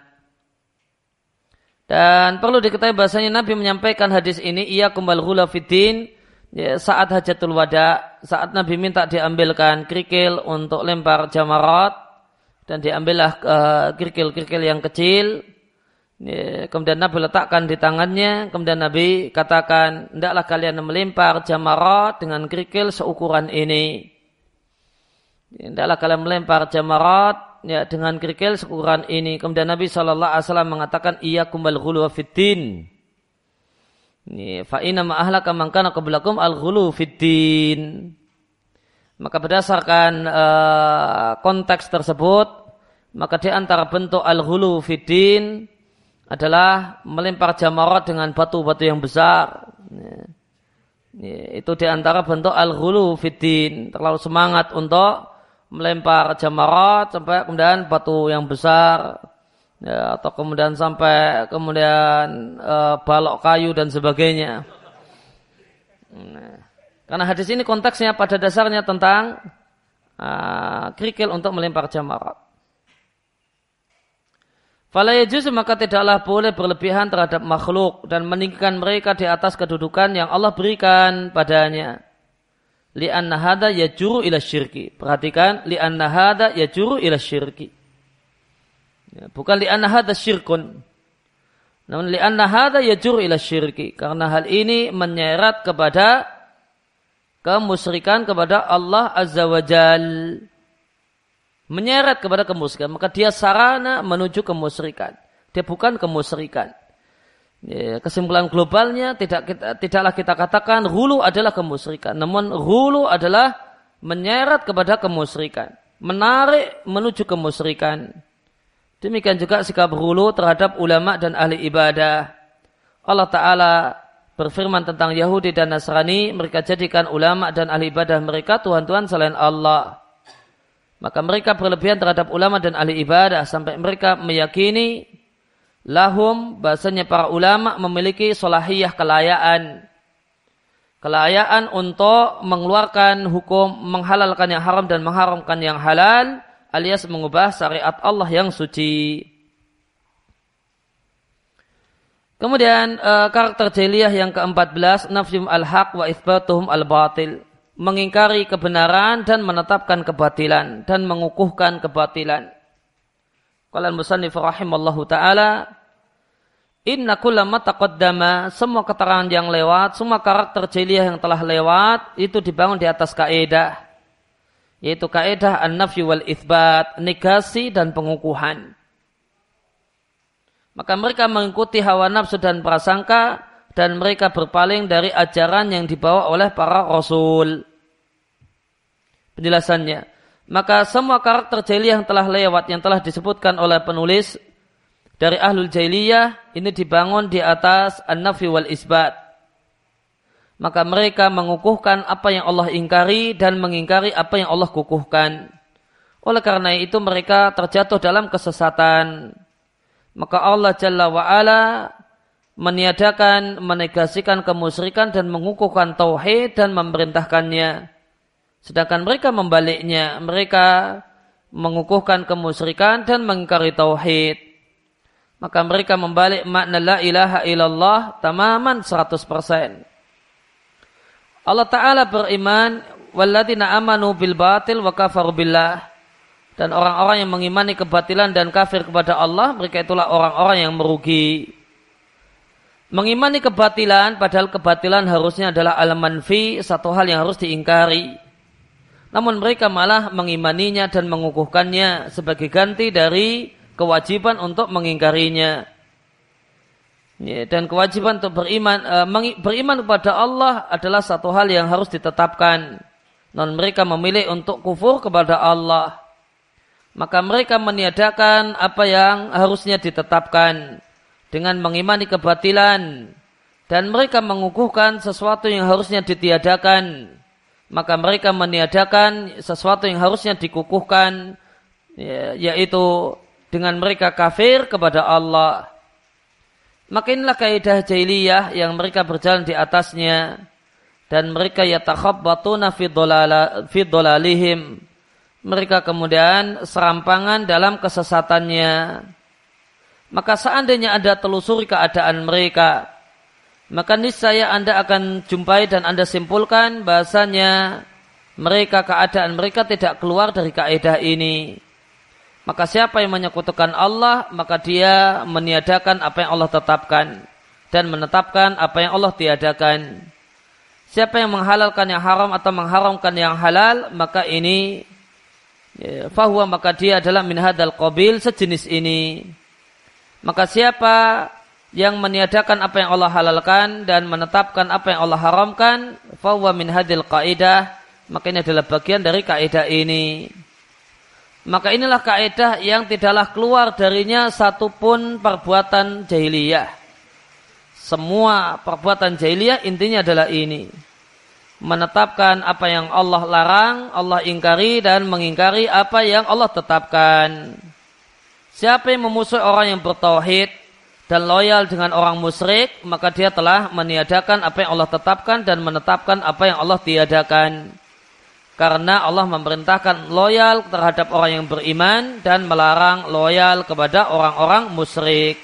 Dan perlu diketahui bahasanya Nabi menyampaikan hadis ini, iyyakum wal ghula fiddin, saat hajatul wada, saat Nabi minta diambilkan kerikil untuk lempar jamarat, dan diambillah kerikil-kerikil yang kecil. Kemudian Nabi letakkan di tangannya, kemudian Nabi katakan, hendaklah kalian melempar jamarat dengan kerikil seukuran ini. Hendaklah kalian melempar jamarat dengan kerikil seukuran ini. Kemudian Nabi SAW mengatakan, iyyakum wal ghuluw fiddin. Fa inna ma ahlaka man kana qablakum al-ghuluw fiddin. Maka berdasarkan konteks tersebut, maka di antara bentuk al-ghuluw fiddin adalah melempar jamarat dengan batu-batu yang besar. Itu di antara bentuk al-ghuluw fiddin, terlalu semangat untuk melempar jamarat sampai kemudian batu yang besar, atau kemudian sampai balok kayu dan sebagainya. Karena hadis ini konteksnya pada dasarnya tentang kerikil untuk melempar jamarat. Fala yajuzu, maka tidaklah boleh berlebihan terhadap makhluk dan meninggikan mereka di atas kedudukan yang Allah berikan padanya. Li'anna hadza yajuru ila syirki. Perhatikan, li'anna hadza yajuru ila syirki. Bukan li'anna hadza syirkun. Namun li'anna hadza yajuru ila syirki. Karena hal ini menyeret kepada kemusyrikan kepada Allah Azza wa Jal. Menyeret kepada kemusyrikan, maka dia sarana menuju kemusyrikan. Dia bukan kemusyrikan. Kesimpulan globalnya tidaklah kita katakan hulu adalah kemusyrikan, namun hulu adalah menyeret kepada kemusyrikan, menarik menuju kemusyrikan. Demikian juga sikap hulu terhadap ulama dan ahli ibadah. Allah Ta'ala berfirman tentang Yahudi dan Nasrani, mereka jadikan ulama dan ahli ibadah mereka Tuhan-Tuhan selain Allah. Maka mereka berlebihan terhadap ulama dan ahli ibadah sampai mereka meyakini lahum, bahasanya para ulama memiliki solahiyah, kelayaan untuk mengeluarkan hukum, menghalalkan yang haram dan mengharamkan yang halal, alias mengubah syariat Allah yang suci. Kemudian karakter jahiliyah yang ke-14, nafyum al-haq wa itsbatuhum al-batil, mengingkari kebenaran dan menetapkan kebatilan dan mengukuhkan kebatilan. Qala al-musannif rahimallahu ta'ala, inna kullama taqaddama, semua keterangan yang lewat, semua karakter jahiliyah yang telah lewat, itu dibangun di atas kaidah, yaitu kaidah an-nafyu wal itsbat, negasi dan pengukuhan. Maka mereka mengikuti hawa nafsu dan prasangka, dan mereka berpaling dari ajaran yang dibawa oleh para rasul. Penjelasannya, maka semua karakter jahiliyah yang telah lewat, yang telah disebutkan oleh penulis dari ahlul jahiliyah, ini dibangun di atas an-nafi wal isbat. maka mereka mengukuhkan apa yang Allah ingkari dan mengingkari apa yang Allah kukuhkan. Oleh karena itu mereka terjatuh dalam kesesatan. Maka Allah Jalla wa'ala meniadakan, menegasikan kemusyrikan dan mengukuhkan tauhid dan memerintahkannya. Sedangkan mereka membaliknya, mereka mengukuhkan kemusyrikan dan mengingkari tauhid. Maka mereka membalik makna la ilaha illallah tamaman 100%. Allah Ta'ala beriman, walladzina amanu bil batil wa kafaru billah. Dan orang-orang yang mengimani kebatilan dan kafir kepada Allah, mereka itulah orang-orang yang merugi. Mengimani kebatilan, padahal kebatilan harusnya adalah al-manfi, satu hal yang harus diingkari. Namun mereka malah mengimaninya dan mengukuhkannya sebagai ganti dari kewajiban untuk mengingkarinya. Ya, dan kewajiban untuk beriman kepada Allah adalah satu hal yang harus ditetapkan. Namun mereka memilih untuk kufur kepada Allah. Maka mereka meniadakan apa yang harusnya ditetapkan dengan mengimani kebatilan, dan mereka mengukuhkan sesuatu yang harusnya ditiadakan. Maka mereka meniadakan sesuatu yang harusnya dikukuhkan, yaitu dengan mereka kafir kepada Allah. Maka inilah kaidah jahiliyah yang mereka berjalan di atasnya, dan mereka yatakhabbatuna fi dhalalihim. Mereka kemudian serampangan dalam kesesatannya. Maka seandainya Anda telusuri keadaan mereka, maka niscaya Anda akan jumpai dan Anda simpulkan bahasanya keadaan mereka tidak keluar dari kaidah ini. Maka siapa yang menyekutukan Allah, maka dia meniadakan apa yang Allah tetapkan dan menetapkan apa yang Allah tiadakan. Siapa yang menghalalkan yang haram atau mengharamkan yang halal, maka ini fahuwa, maka dia adalah min hadzal qabil, sejenis ini. Maka siapa yang meniadakan apa yang Allah halalkan dan menetapkan apa yang Allah haramkan, fahuwa min hadzal qaidah, maka ini adalah bagian dari kaidah ini. Maka inilah kaidah yang tidaklah keluar darinya satupun perbuatan jahiliyah. Semua perbuatan jahiliyah intinya adalah ini: menetapkan apa yang Allah larang, Allah ingkari, dan mengingkari apa yang Allah tetapkan. Siapa yang memusuhi orang yang bertauhid dan loyal dengan orang musyrik, maka dia telah meniadakan apa yang Allah tetapkan dan menetapkan apa yang Allah tiadakan. Karena Allah memerintahkan loyal terhadap orang yang beriman dan melarang loyal kepada orang-orang musyrik.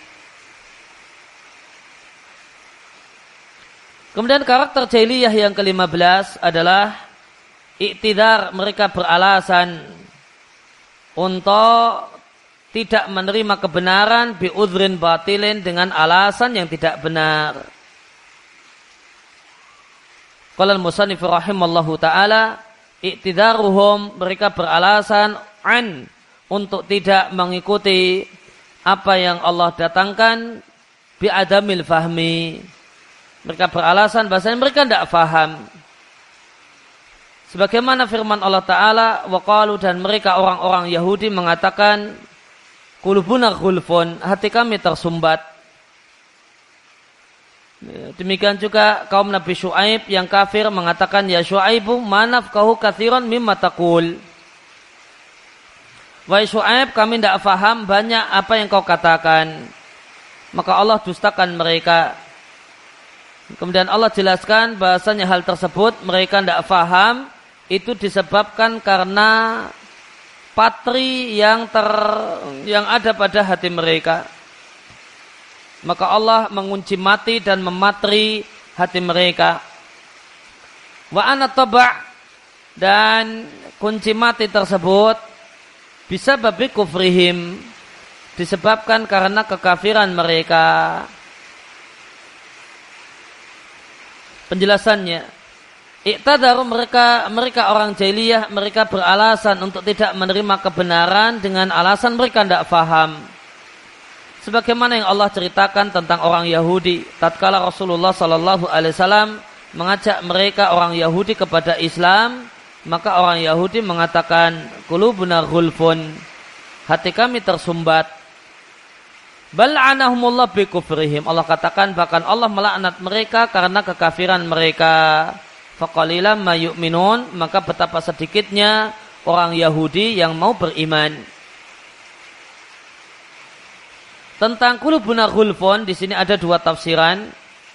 Kemudian karakter jahiliyah yang ke-15 adalah iktidar, mereka beralasan untuk tidak menerima kebenaran bi'udhrin batilin, dengan alasan yang tidak benar. Qala al-musannif rahimallahu ta'ala, iktidaruhum, mereka beralasan untuk tidak mengikuti apa yang Allah datangkan bi'adamil fahmi. Mereka beralasan bahasanya mereka tidak faham. Sebagaimana firman Allah Ta'ala, waqalu, dan mereka orang-orang Yahudi mengatakan, qulubuna ghulfun, hati kami tersumbat. Demikian juga kaum Nabi Syuaib yang kafir mengatakan, ya Syuaibu ma nafqahu katsiran mimma taqul. Wahai Syuaib, kami tidak faham banyak apa yang kau katakan. Maka Allah dustakan mereka. Kemudian Allah jelaskan bahasanya hal tersebut mereka tidak faham itu disebabkan karena patri yang ada pada hati mereka. Maka Allah mengunci mati dan mematri hati mereka. Wa ana taba', dan kunci mati tersebut bisa babi kufrihim, disebabkan karena kekafiran mereka. Penjelasannya, iktadaru, mereka orang jahiliyah, mereka beralasan untuk tidak menerima kebenaran dengan alasan mereka tidak faham. Sebagaimana yang Allah ceritakan tentang orang Yahudi, tatkala Rasulullah Sallallahu Alaihi Wasallam mengajak mereka orang Yahudi kepada Islam, maka orang Yahudi mengatakan, qulubuna ghulfun, hati kami tersumbat. Bal anahumullah bi kufrihim. Allah katakan bahkan Allah melaknat mereka karena kekafiran mereka. Faqalilan ma yu'minun, maka betapa sedikitnya orang Yahudi yang mau beriman. Tentang qulubuna ghulfun, di sini ada dua tafsiran.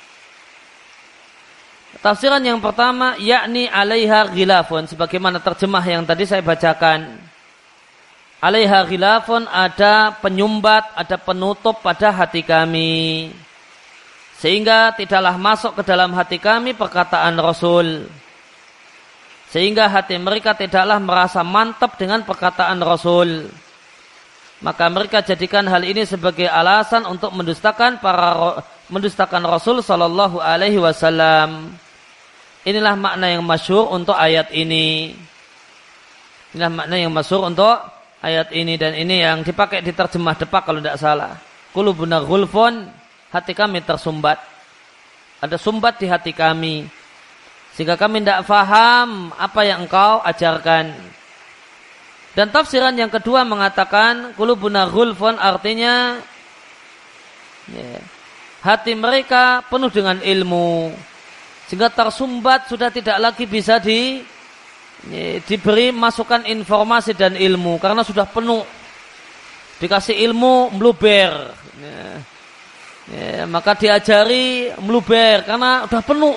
Tafsiran yang pertama, yakni alaiha ghilafun, sebagaimana terjemah yang tadi saya bacakan. Alaiha ghilafun, ada penyumbat, ada penutup pada hati kami. Sehingga tidaklah masuk ke dalam hati kami perkataan Rasul. Sehingga hati mereka tidaklah merasa mantap dengan perkataan Rasul. Maka mereka jadikan hal ini sebagai alasan untuk mendustakan Rasul sallallahu alaihi wasallam. Inilah makna yang masyhur untuk ayat ini. Inilah makna yang masyhur untuk ayat ini, dan ini yang dipakai di terjemah Depak kalau tidak salah. Qulubuna ghulfun, hati kami tersumbat. Ada sumbat di hati kami sehingga kami tidak faham apa yang engkau ajarkan. Dan tafsiran yang kedua mengatakan qulubuna ghulfun, artinya hati mereka penuh dengan ilmu sehingga tersumbat, sudah tidak lagi bisa diberi masukan informasi dan ilmu karena sudah penuh, dikasih ilmu meluber, maka diajari meluber karena sudah penuh.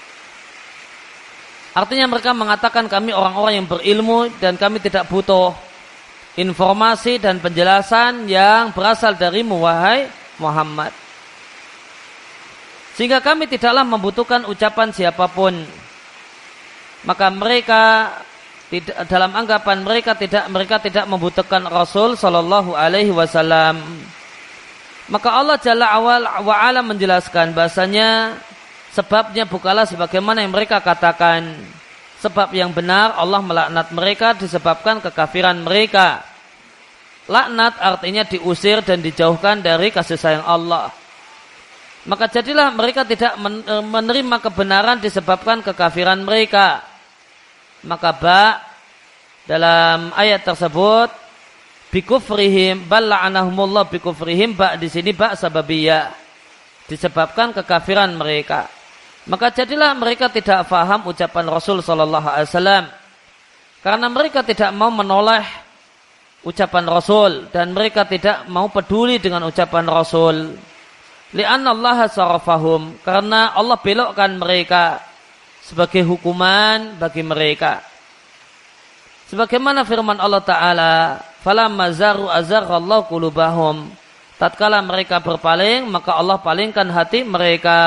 Artinya mereka mengatakan kami orang-orang yang berilmu dan kami tidak butuh informasi dan penjelasan yang berasal darimu wahai Muhammad. Sehingga kami tidaklah membutuhkan ucapan siapapun. Maka mereka dalam anggapan mereka tidak membutuhkan Rasul sallallahu alaihi wasallam. Maka Allah Jalla wa Ala menjelaskan bahasanya sebabnya bukanlah sebagaimana yang mereka katakan. Sebab yang benar Allah melaknat mereka disebabkan kekafiran mereka. Laknat artinya diusir dan dijauhkan dari kasih sayang Allah. Maka jadilah mereka tidak menerima kebenaran disebabkan kekafiran mereka. Maka dalam ayat tersebut bikufrihim bal la'anahumullah bikufrihim, di sini sababiyah, disebabkan kekafiran mereka. Maka jadilah mereka tidak faham ucapan Rasul sallallahu alaihi wasallam karena mereka tidak mau menoleh ucapan Rasul dan mereka tidak mau peduli dengan ucapan Rasul. Li'anna Allah sarafahum, karena Allah belokkan mereka sebagai hukuman bagi mereka. Sebagaimana firman Allah Ta'ala, falamma zaru azaghallahu qulubahum, tatkala mereka berpaling maka Allah palingkan hati mereka.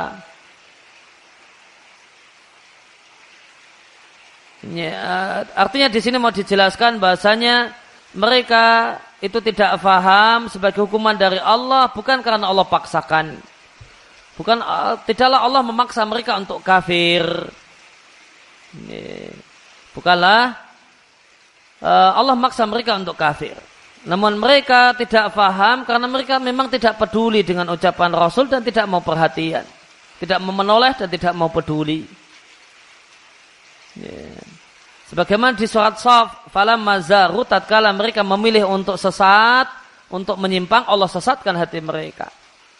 Artinya di sini mau dijelaskan bahasanya mereka itu tidak faham sebagai hukuman dari Allah bukan karena Allah paksakan. Tidaklah Allah memaksa mereka untuk kafir. Bukanlah Allah memaksa mereka untuk kafir. Namun mereka tidak faham karena mereka memang tidak peduli dengan ucapan Rasul dan tidak mau perhatian. Tidak mau menoleh dan tidak mau peduli. Sebagaimana di surat Shaf, falamma zaru, tatkala mereka memilih untuk sesat, untuk menyimpang, Allah sesatkan hati mereka.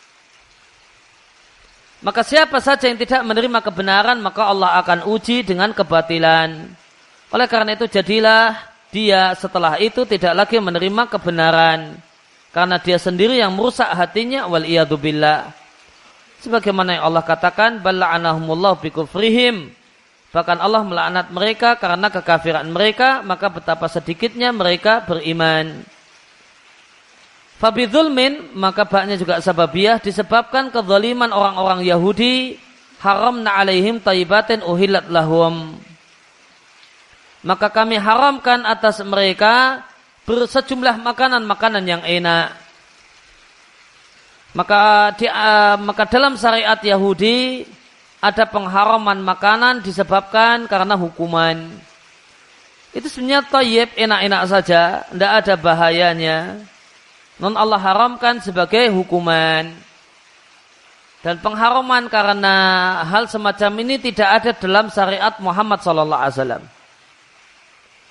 Maka siapa saja yang tidak menerima kebenaran, maka Allah akan uji dengan kebatilan. Oleh karena itu jadilah dia setelah itu tidak lagi menerima kebenaran, karena dia sendiri yang merusak hatinya, wal iyadu billah. Sebagaimana yang Allah katakan, bal la'anahumullahu bikufrihim, bahkan Allah melaknat mereka karena kekafiran mereka, maka betapa sedikitnya mereka beriman. Fabidzulmin, maka baknya juga sababiyah, disebabkan kezaliman orang-orang Yahudi, haramna alaihim thayyibatin uhillat lahum. Maka kami haramkan atas mereka sejumlah makanan-makanan yang enak. Maka dalam syariat Yahudi ada pengharaman makanan disebabkan karena hukuman. Itu sebenarnya thayyib, enak-enak saja, tidak ada bahayanya. Non Allah haramkan sebagai hukuman. Dan pengharaman karena hal semacam ini tidak ada dalam syariat Muhammad sallallahu alaihi wasallam.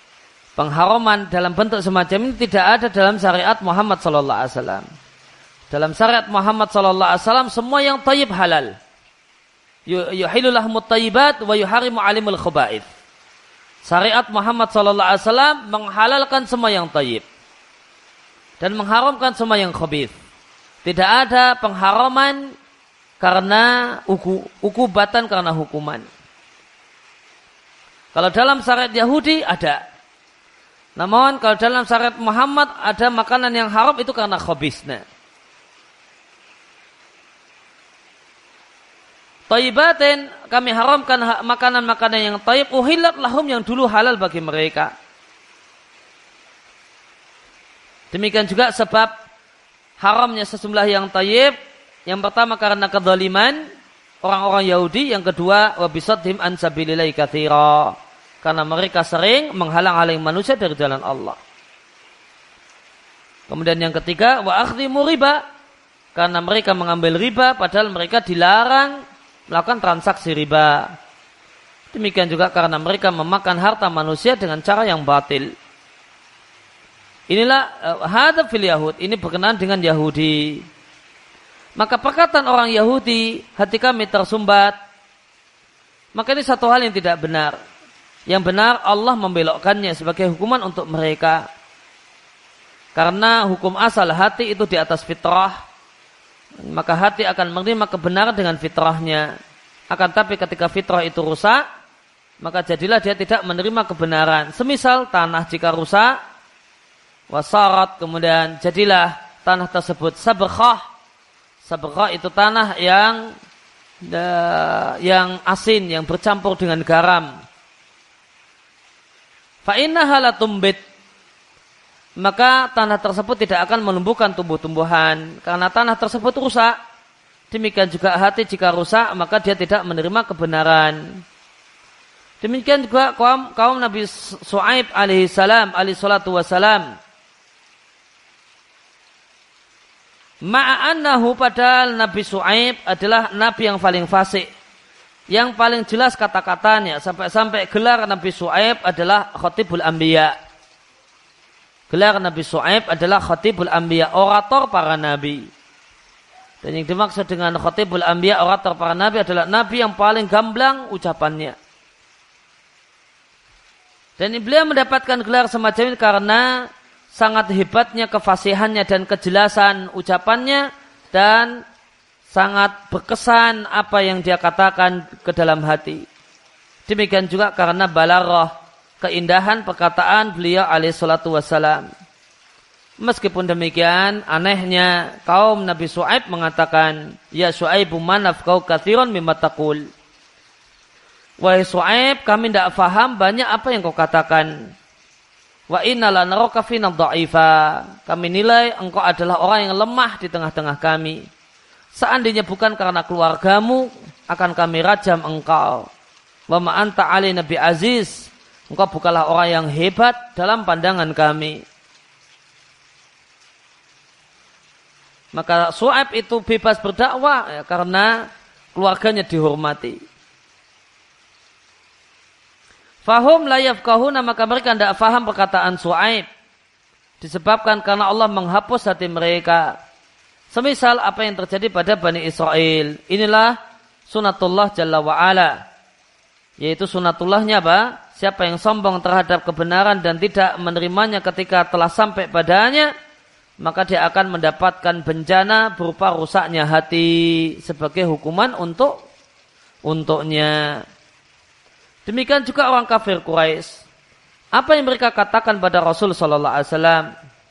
Pengharaman dalam bentuk semacam ini tidak ada dalam syariat Muhammad sallallahu alaihi wasallam. Dalam syariat Muhammad sallallahu alaihi wasallam semua yang thayyib halal. Yuhillu lahumut thayyibat wa yuharrimu 'alimul khaba'ith. Syariat Muhammad sallallahu alaihi wasallam menghalalkan semua yang thayyib dan mengharamkan semua yang khabith. Tidak ada pengharaman karena ukubatan karena hukuman. Kalau dalam syariat Yahudi ada. Namun kalau dalam syariat Muhammad ada makanan yang haram itu karena khabithnya. Thayyibatin, kami haramkan makanan-makanan yang thayyib, uhillat lahum, yang dulu halal bagi mereka. Demikian juga sebab haramnya sejumlah yang thayyib. Yang pertama karena kedzaliman orang-orang Yahudi, yang kedua wabisaddihim an sabilillahi katsira, karena mereka sering menghalang-halangi manusia dari jalan Allah. Kemudian yang ketiga wa akhdhimu riba, karena mereka mengambil riba padahal mereka dilarang melakukan transaksi riba. Demikian juga karena mereka memakan harta manusia dengan cara yang batil. Inilah hadza fil Yahud, ini berkenaan dengan Yahudi. Maka perkataan orang Yahudi, hati kami tersumbat, maka ini satu hal yang tidak benar. Yang benar Allah membelokkannya sebagai hukuman untuk mereka. Karena hukum asal hati itu di atas fitrah, maka hati akan menerima kebenaran dengan fitrahnya. Akan tapi ketika fitrah itu rusak, maka jadilah dia tidak menerima kebenaran. Semisal tanah jika rusak, wasarat, kemudian jadilah tanah tersebut sabakhah. Sabakhah itu tanah yang asin, yang bercampur dengan garam. Fa innaha la tumbit, maka tanah tersebut tidak akan menumbuhkan tumbuh-tumbuhan karena tanah tersebut rusak. Demikian juga hati jika rusak, maka dia tidak menerima kebenaran. Demikian juga kaum Nabi Shu'aib alaihi salatu wassalam. Ma'annahu, padahal Nabi Shu'aib adalah nabi yang paling fasik, yang paling jelas kata-katanya, sampai-sampai gelar Nabi Shu'aib adalah khatibul anbiya. Gelar Nabi Shu'aib adalah khatibul anbiya, orator para nabi. Dan yang dimaksud dengan khatibul anbiya, orator para nabi, adalah nabi yang paling gamblang ucapannya. Dan beliau mendapatkan gelar semacam ini karena sangat hebatnya kefasihannya dan kejelasan ucapannya, dan sangat berkesan apa yang dia katakan ke dalam hati. Demikian juga karena balaghah, keindahan perkataan beliau alaihi salatu wassalam. Meskipun demikian, anehnya kaum Nabi Shu'aib mengatakan, ya Shu'aibu ma nafqahu katsiran mimma taqul. Wahai Shu'aib, kami tidak faham banyak apa yang kau katakan. Wa inna lanaraka fina dha'ifa, kami nilai engkau adalah orang yang lemah di tengah-tengah kami. Seandainya bukan karena keluargamu, akan kami rajam engkau. Wa ma anta alaina bi aziz, engkau bukanlah orang yang hebat dalam pandangan kami. Maka Shu'aib itu bebas berdakwah ya, karena keluarganya dihormati. Fahum la yafqahuna, maka mereka tidak faham perkataan Shu'aib, disebabkan karena Allah menghapus hati mereka. Semisal apa yang terjadi pada Bani Israel. Inilah sunatullah Jalla wa'ala, yaitu sunatullahnya apa? Siapa yang sombong terhadap kebenaran dan tidak menerimanya ketika telah sampai padanya, maka dia akan mendapatkan bencana berupa rusaknya hati sebagai hukuman untuknya. Demikian juga orang kafir Quraisy. Apa yang mereka katakan pada Rasul sallallahu alaihi wasallam?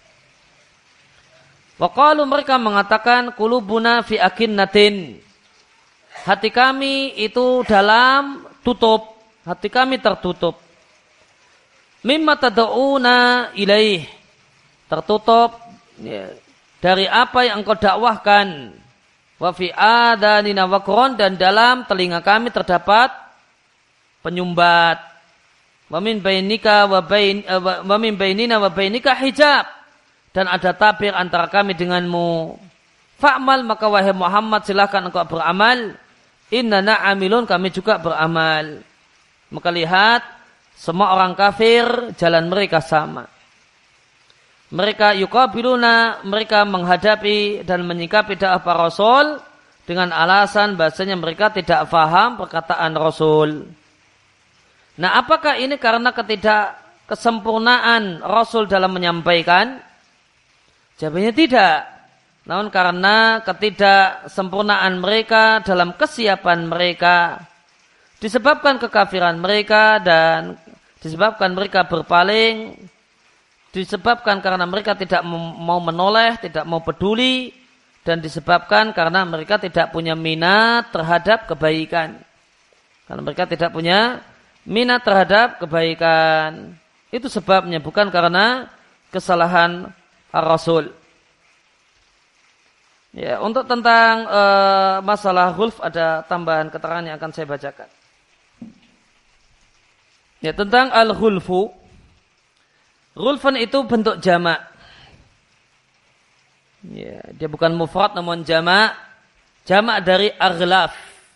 Wa qalu, mereka mengatakan, qulubuna fi akinnatin. Hati kami itu dalam tutup, hati kami tertutup. Mimma tad'una ilaih, tertutup ya, dari apa yang engkau dakwahkan. Wa fi adanina waqrun, dan dalam telinga kami terdapat penyumbat. Wa min bainika wa min bainina wa bainika hijab, dan ada tabir antara kami denganmu. Fa'mal, maka wahai Muhammad silakan engkau beramal. Innana amilun, kami juga beramal. Maka lihat, semua orang kafir jalan mereka sama. Mereka yuqabiluna, mereka menghadapi dan menyikapi dakwah para rasul dengan alasan bahasanya mereka tidak faham perkataan Rasul. Nah, apakah ini karena ketidakkesempurnaan Rasul dalam menyampaikan? Jawabannya tidak. Namun karena ketidaksempurnaan mereka dalam kesiapan mereka, disebabkan kekafiran mereka dan disebabkan mereka berpaling, disebabkan karena mereka tidak mau menoleh, tidak mau peduli, dan disebabkan karena mereka tidak punya minat terhadap kebaikan. Karena mereka tidak punya minat terhadap kebaikan. Itu sebabnya, bukan karena kesalahan Rasul. Ya, untuk tentang masalah ghulf ada tambahan keterangan yang akan saya bacakan. Ya, tentang al-ghulfu. Ghulfan itu bentuk jamak. Ya, dia bukan mufrad namun jamak. Jamak dari aghlaf.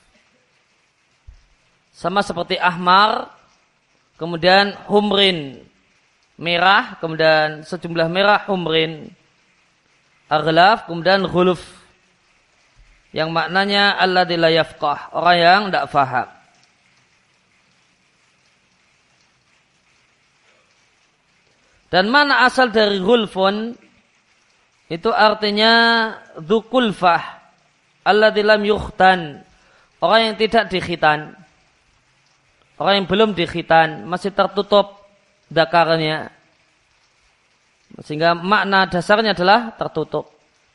Sama seperti ahmar, kemudian humrin, merah, kemudian sejumlah merah humrin. Aghlaf, kemudian ghuluf. Yang maknanya alladzi la yafqah, orang yang tidak faham. Dan mana asal dari ghulfun? Itu artinya dzukulfah, alladzi lam yukhtan, orang yang tidak dikhitan, orang yang belum dikhitan, masih tertutup dakarnya, sehingga makna dasarnya adalah tertutup.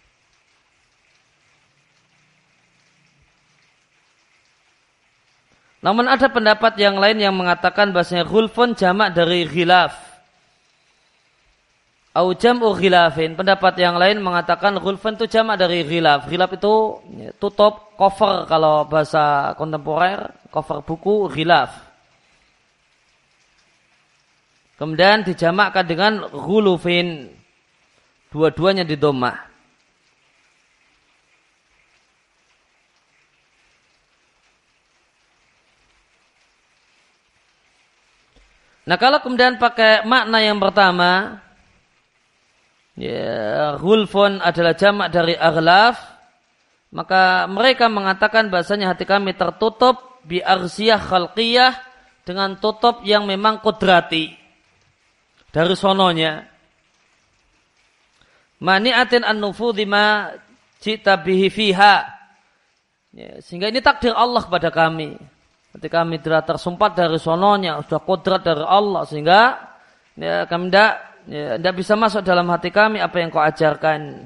Namun ada pendapat yang lain yang mengatakan bahasanya ghulfun jamak dari ghilaf. Au jam'u ghilafin. Pendapat yang lain mengatakan ghulfan itu jamak dari ghilaf. Ghilaf itu tutup, cover kalau bahasa kontemporer, cover buku, ghilaf. Kemudian dijamakkan dengan ghulufin. Dua-duanya di dhammah. Nah, kalau kemudian pakai makna yang pertama, ya, ghulfun adalah jamak dari aghlaf, maka mereka mengatakan bahasanya hati kami tertutup bi aghsiyah khalqiyah, dengan tutup yang memang kudrati dari sononya. Mani'atin an-nufudhi ma jita bihi fiha. Ya, sehingga ini takdir Allah kepada kami. Ketika kami telah tersumpat dari sononya, sudah kudrat dari Allah, sehingga ya, kami tidak bisa masuk dalam hati kami apa yang kau ajarkan.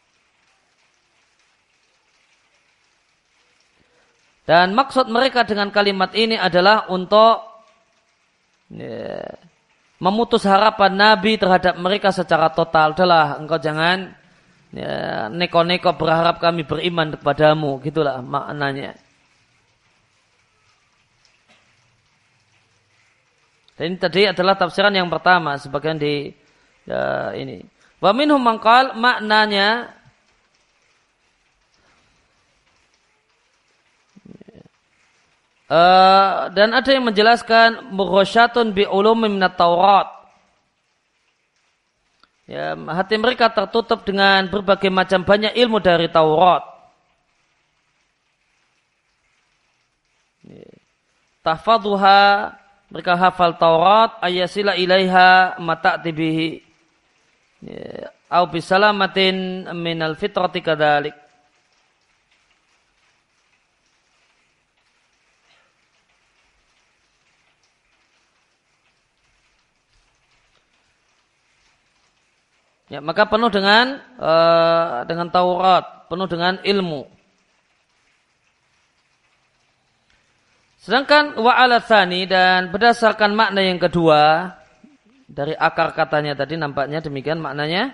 Dan maksud mereka dengan kalimat ini adalah untuk ya, memutus harapan Nabi terhadap mereka secara total. Adalah engkau jangan ya, neko-neko berharap kami beriman kepadamu. Gitulah maknanya. Dan ini tadi adalah tafsiran yang pertama, sebagian di ini. Wa minhum man qala, maknanya dan ada yang menjelaskan mughasyatun bi ulumin minat Taurat. Ya, hati mereka tertutup dengan berbagai macam banyak ilmu dari Taurat. Tahfadhuha, mereka hafal Taurat, ayasila ilaiha mata'ti bihi. Au bisalamatin minal fitrati kadzalik. Ya, maka penuh dengan Taurat, penuh dengan ilmu. Sedangkan wa'ala tsani, dan berdasarkan makna yang kedua dari akar katanya tadi, nampaknya demikian maknanya.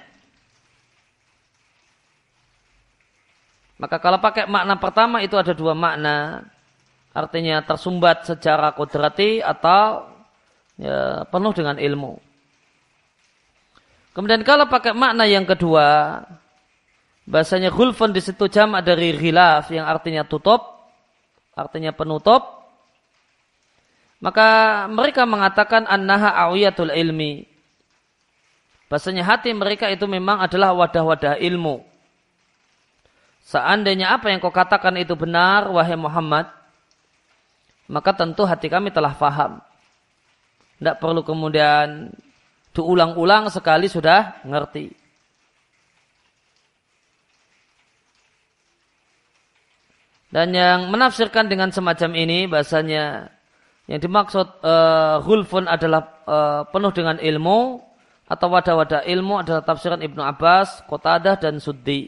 Maka kalau pakai makna pertama itu ada dua makna, artinya tersumbat secara kudrati atau ya, penuh dengan ilmu. Kemudian kalau pakai makna yang kedua, bahasanya ghulfun di situ jamak dari ghilaf yang artinya tutup, artinya penutup. Maka mereka mengatakan annaha awiyatul ilmi, Bahasanya hati mereka itu memang adalah wadah-wadah ilmu. Seandainya apa yang kau katakan itu benar, wahai Muhammad, maka tentu hati kami telah faham. Tidak perlu kemudian diulang-ulang, sekali sudah ngerti. Dan yang menafsirkan dengan semacam ini, bahasanya yang dimaksud ghulfun adalah penuh dengan ilmu, atau wadah-wadah ilmu adalah tafsiran Ibnu Abbas, Qatadah dan Suddi.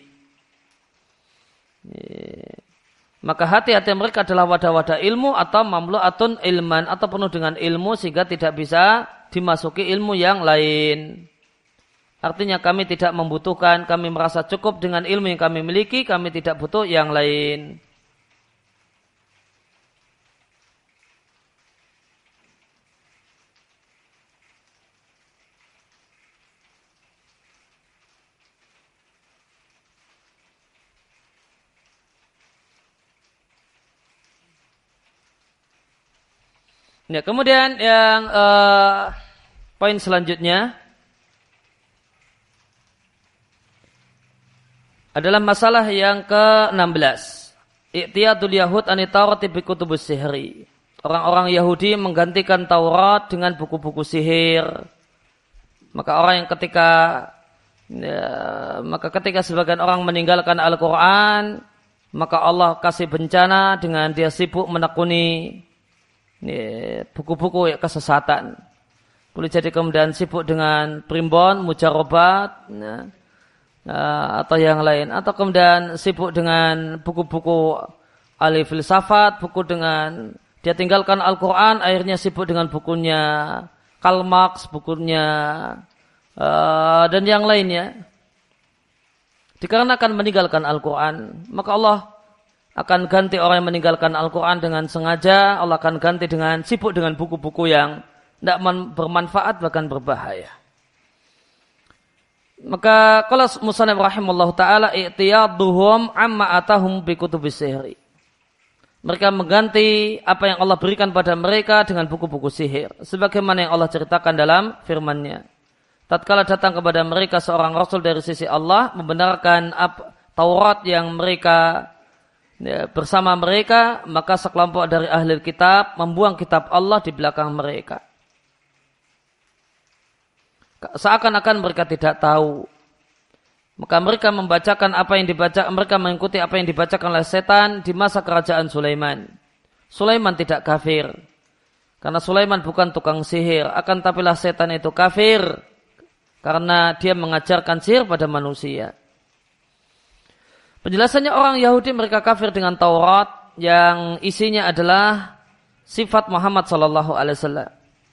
Maka hati-hati mereka adalah wadah-wadah ilmu atau mamlu'atun ilman, atau penuh dengan ilmu sehingga tidak bisa dimasuki ilmu yang lain. Artinya kami tidak membutuhkan, kami merasa cukup dengan ilmu yang kami miliki, kami tidak butuh yang lain. Ya, kemudian yang poin selanjutnya adalah masalah yang ke-16. I'tiyadul Yahud an Taurati bi kutubus sihri. Orang-orang Yahudi menggantikan Taurat dengan buku-buku sihir. Maka orang yang ketika sebagian orang meninggalkan Al-Qur'an, maka Allah kasih bencana dengan dia sibuk menekuni buku-buku kesesatan. Boleh jadi kemudian sibuk dengan primbon, mujarobat, atau yang lain. Atau kemudian sibuk dengan buku-buku ahli filsafat, buku dengan dia tinggalkan Al-Quran, akhirnya sibuk dengan bukunya Karl Marx, bukunya dan yang lainnya. Dikarenakan meninggalkan Al-Quran, maka Allah akan ganti orang yang meninggalkan Al-Quran dengan sengaja. Allah akan ganti dengan sibuk dengan buku-buku yang tidak bermanfaat bahkan berbahaya. Maka kalau musannif rahimahullah ta'ala i'tiyaduhum amma atahum bi kutubis sihri. Mereka mengganti apa yang Allah berikan pada mereka dengan buku-buku sihir. Sebagaimana yang Allah ceritakan dalam firman-Nya. Tatkala datang kepada mereka seorang rasul dari sisi Allah membenarkan Taurat yang mereka bersama mereka, maka sekelompok dari ahli kitab membuang kitab Allah di belakang mereka. Seakan-akan mereka tidak tahu. Maka mereka membacakan apa yang dibaca, mereka mengikuti apa yang dibacakan oleh setan di masa kerajaan Sulaiman. Sulaiman tidak kafir. Karena Sulaiman bukan tukang sihir, akan tapilah setan itu kafir karena dia mengajarkan sihir pada manusia. Penjelasannya orang Yahudi mereka kafir dengan Taurat yang isinya adalah sifat Muhammad sallallahu alaihi wasallam.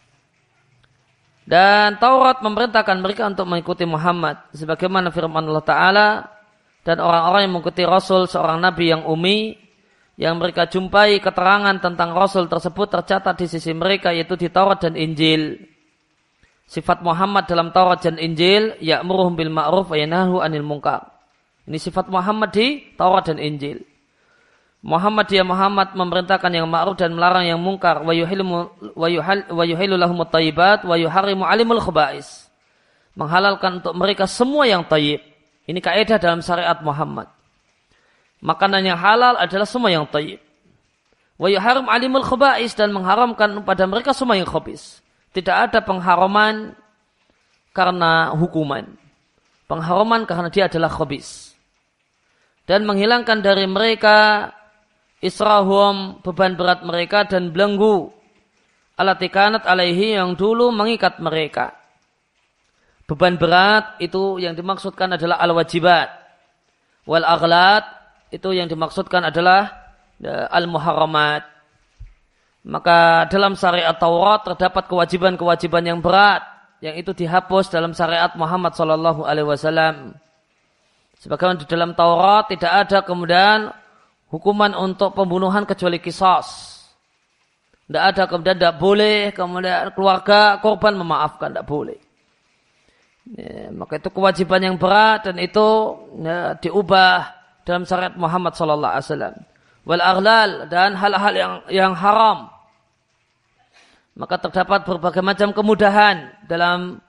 Dan Taurat memerintahkan mereka untuk mengikuti Muhammad sebagaimana firman Allah Ta'ala, dan orang-orang yang mengikuti Rasul seorang nabi yang ummi yang mereka jumpai keterangan tentang Rasul tersebut tercatat di sisi mereka yaitu di Taurat dan Injil. Sifat Muhammad dalam Taurat dan Injil ya'muruhum bil ma'ruf wa yanhahu 'anil munkar. Ini sifat Muhammad di Taurat dan Injil. Muhammad memerintahkan yang ma'ruf dan melarang yang mungkar. Wa yuhillu lahumut thayyibat wa yuharrimu 'alimul khaba'is. Menghalalkan untuk mereka semua yang thayyib. Ini kaidah dalam syariat Muhammad. Makanan yang halal adalah semua yang thayyib. Wa yuharrimu 'alimul khaba'is, dan mengharamkan pada mereka semua yang khabis. Tidak ada pengharaman karena hukuman. Pengharaman karena dia adalah khabis. Dan menghilangkan dari mereka israhum, beban berat mereka, dan belenggu allati kanat alaihi, yang dulu mengikat mereka. Beban berat itu yang dimaksudkan adalah al-wajibat. Wal aghlad itu yang dimaksudkan adalah al-muharramat. Maka dalam syariat Taurat terdapat kewajiban-kewajiban yang berat yang itu dihapus dalam syariat Muhammad sallallahu alaihi wasallam. Sebagaimana di dalam Taurat tidak ada kemudian hukuman untuk pembunuhan kecuali qisas. Tidak ada kemudian tidak boleh kemudian keluarga korban memaafkan, tidak boleh. Ya, maka itu kewajiban yang berat dan itu diubah dalam syariat Muhammad sallallahu alaihi wasallam. Wal aghlal, dan hal-hal yang haram. Maka terdapat berbagai macam kemudahan dalam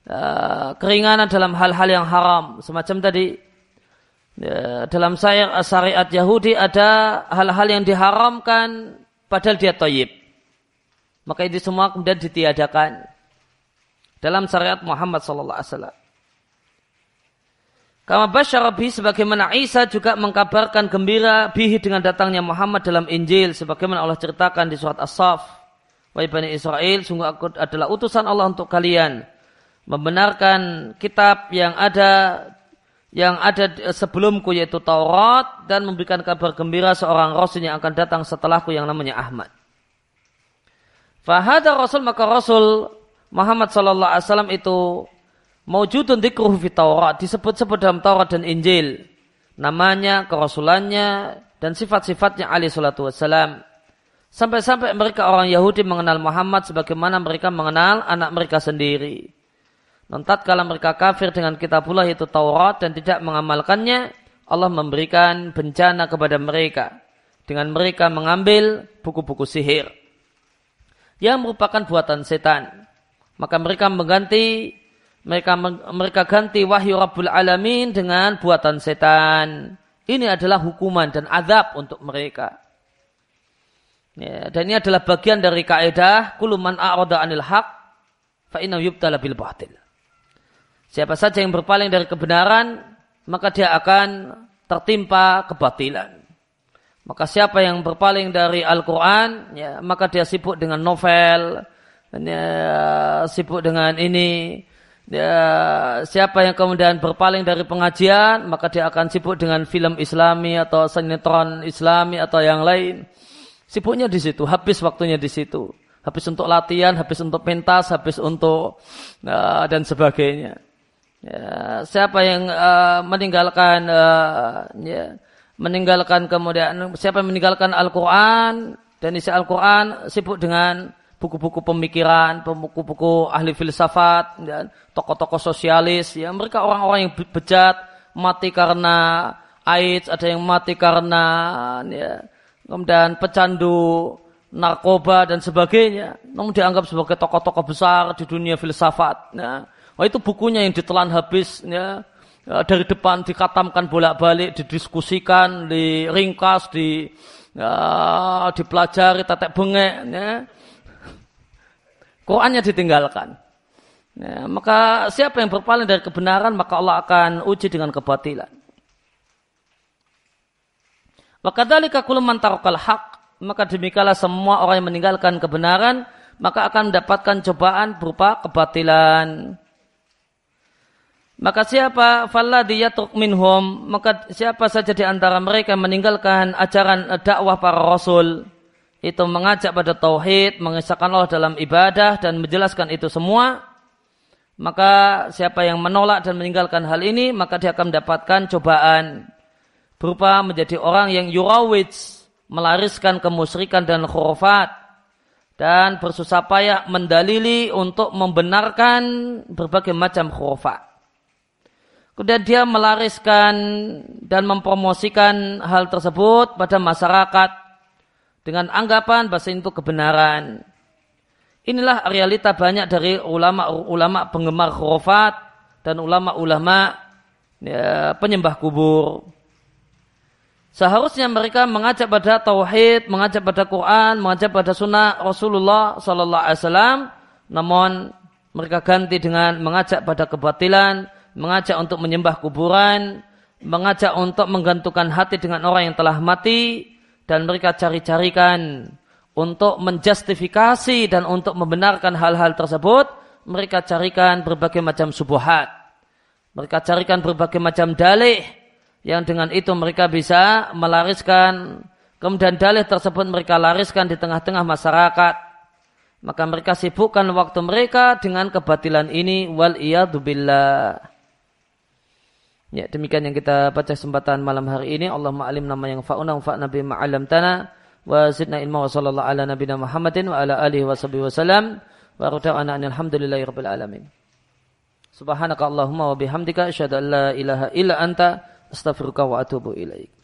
keringanan dalam hal-hal yang haram. Semacam tadi dalam syariat Yahudi ada hal-hal yang diharamkan padahal dia thayyib. Maka ini semua kemudian ditiadakan dalam syariat Muhammad sallallahu alaihi wasallam. Kama basyara bihi, sebagaimana Isa juga mengkabarkan gembira bihi dengan datangnya Muhammad dalam Injil, sebagaimana Allah ceritakan di surat As-Saff, wahai Bani Israel, sungguh aku adalah utusan Allah untuk kalian, membenarkan kitab yang ada sebelumku yaitu Taurat, dan memberikan kabar gembira seorang rasul yang akan datang setelahku yang namanya Ahmad. Fahada Rasul, maka Rasul Muhammad sallallahu alaihi wasallam itu maujudun dzikruhu fi Taurat, disebut-sebut dalam Taurat dan Injil, namanya, kerasulannya, dan sifat-sifatnya alaihi salatu wassalam. Sampai-sampai mereka orang Yahudi mengenal Muhammad sebagaimana mereka mengenal anak mereka sendiri. Tatkala mereka kafir dengan kitabullah yaitu Taurat dan tidak mengamalkannya, Allah memberikan bencana kepada mereka dengan mereka mengambil buku-buku sihir yang merupakan buatan setan. Maka mereka ganti wahyu Rabbul Alamin dengan buatan setan. Ini adalah hukuman dan azab untuk mereka. Ya, dan ini adalah bagian dari kaidah kullu man a'rada 'anil haq fa innahu yubtala bil batil. Siapa saja yang berpaling dari kebenaran, maka dia akan tertimpa kebatilan. Maka siapa yang berpaling dari Al-Quran, ya, maka dia sibuk dengan novel, sibuk dengan ini. Siapa yang kemudian berpaling dari pengajian, maka dia akan sibuk dengan film Islami atau sinetron Islami atau yang lain. Sibuknya di situ, habis waktunya di situ. Habis untuk latihan, habis untuk pentas, habis untuk dan sebagainya. Ya, siapa yang meninggalkan kemudian siapa yang meninggalkan Al-Quran dan isi Al-Quran, sibuk dengan buku-buku pemikiran, buku-buku ahli filsafat, dan tokoh-tokoh sosialis, ya, mereka orang-orang yang bejat, mati karena AIDS, ada yang mati karena kemudian pecandu narkoba dan sebagainya, namun dianggap sebagai tokoh-tokoh besar di dunia filsafat. Ya. Itu bukunya yang ditelan habis, ya. Dari depan dikatamkan bolak-balik, didiskusikan, diringkas, dipelajari, tetek bengek, ya. Qurannya ditinggalkan. Ya, maka siapa yang berpaling dari kebenaran, maka Allah akan uji dengan kebatilan. Wa kadzalika kullu man tarakal haq, maka demikianlah semua orang yang meninggalkan kebenaran, maka akan mendapatkan cobaan berupa kebatilan. Maka siapa falladhi yatruk minhum, maka siapa saja di antara mereka meninggalkan ajaran dakwah para rasul, itu mengajak pada tauhid, mengesahkan Allah dalam ibadah dan menjelaskan itu semua, maka siapa yang menolak dan meninggalkan hal ini, maka dia akan mendapatkan cobaan berupa menjadi orang yang yurawij, melariskan kemusyrikan dan khurafat, dan bersusah payah mendalili untuk membenarkan berbagai macam khurafat. Kemudian dia melariskan dan mempromosikan hal tersebut pada masyarakat dengan anggapan bahwa itu kebenaran. Inilah realita banyak dari ulama-ulama penggemar khurafat dan ulama-ulama penyembah kubur. Seharusnya mereka mengajak pada tauhid, mengajak pada Quran, mengajak pada sunnah Rasulullah sallallahu alaihi wasallam, namun mereka ganti dengan mengajak pada kebatilan, mengajak untuk menyembah kuburan, mengajak untuk menggantungkan hati dengan orang yang telah mati, dan mereka cari-carikan untuk menjustifikasi dan untuk membenarkan hal-hal tersebut. Mereka carikan berbagai macam subuhat, mereka carikan berbagai macam dalih yang dengan itu mereka bisa melariskan, kemudian dalih tersebut mereka lariskan di tengah-tengah masyarakat. Maka mereka sibukkan waktu mereka dengan kebatilan ini, wal iyadu billah. Ya, demikian yang kita baca kesempatan malam hari ini. Allahumma alimna ma yanfa'una wanfa'na bima 'allamtana wa zidna ilma wa sallallahu ala nabiyina Muhammadin wa ala alihi wa sahbihi wasallam wa rada'ana alhamdulillahi rabbil alamin. Subhanaka Allahumma wa bihamdika asyhadu an la ilaha illa anta astaghfiruka wa atubu ilaik.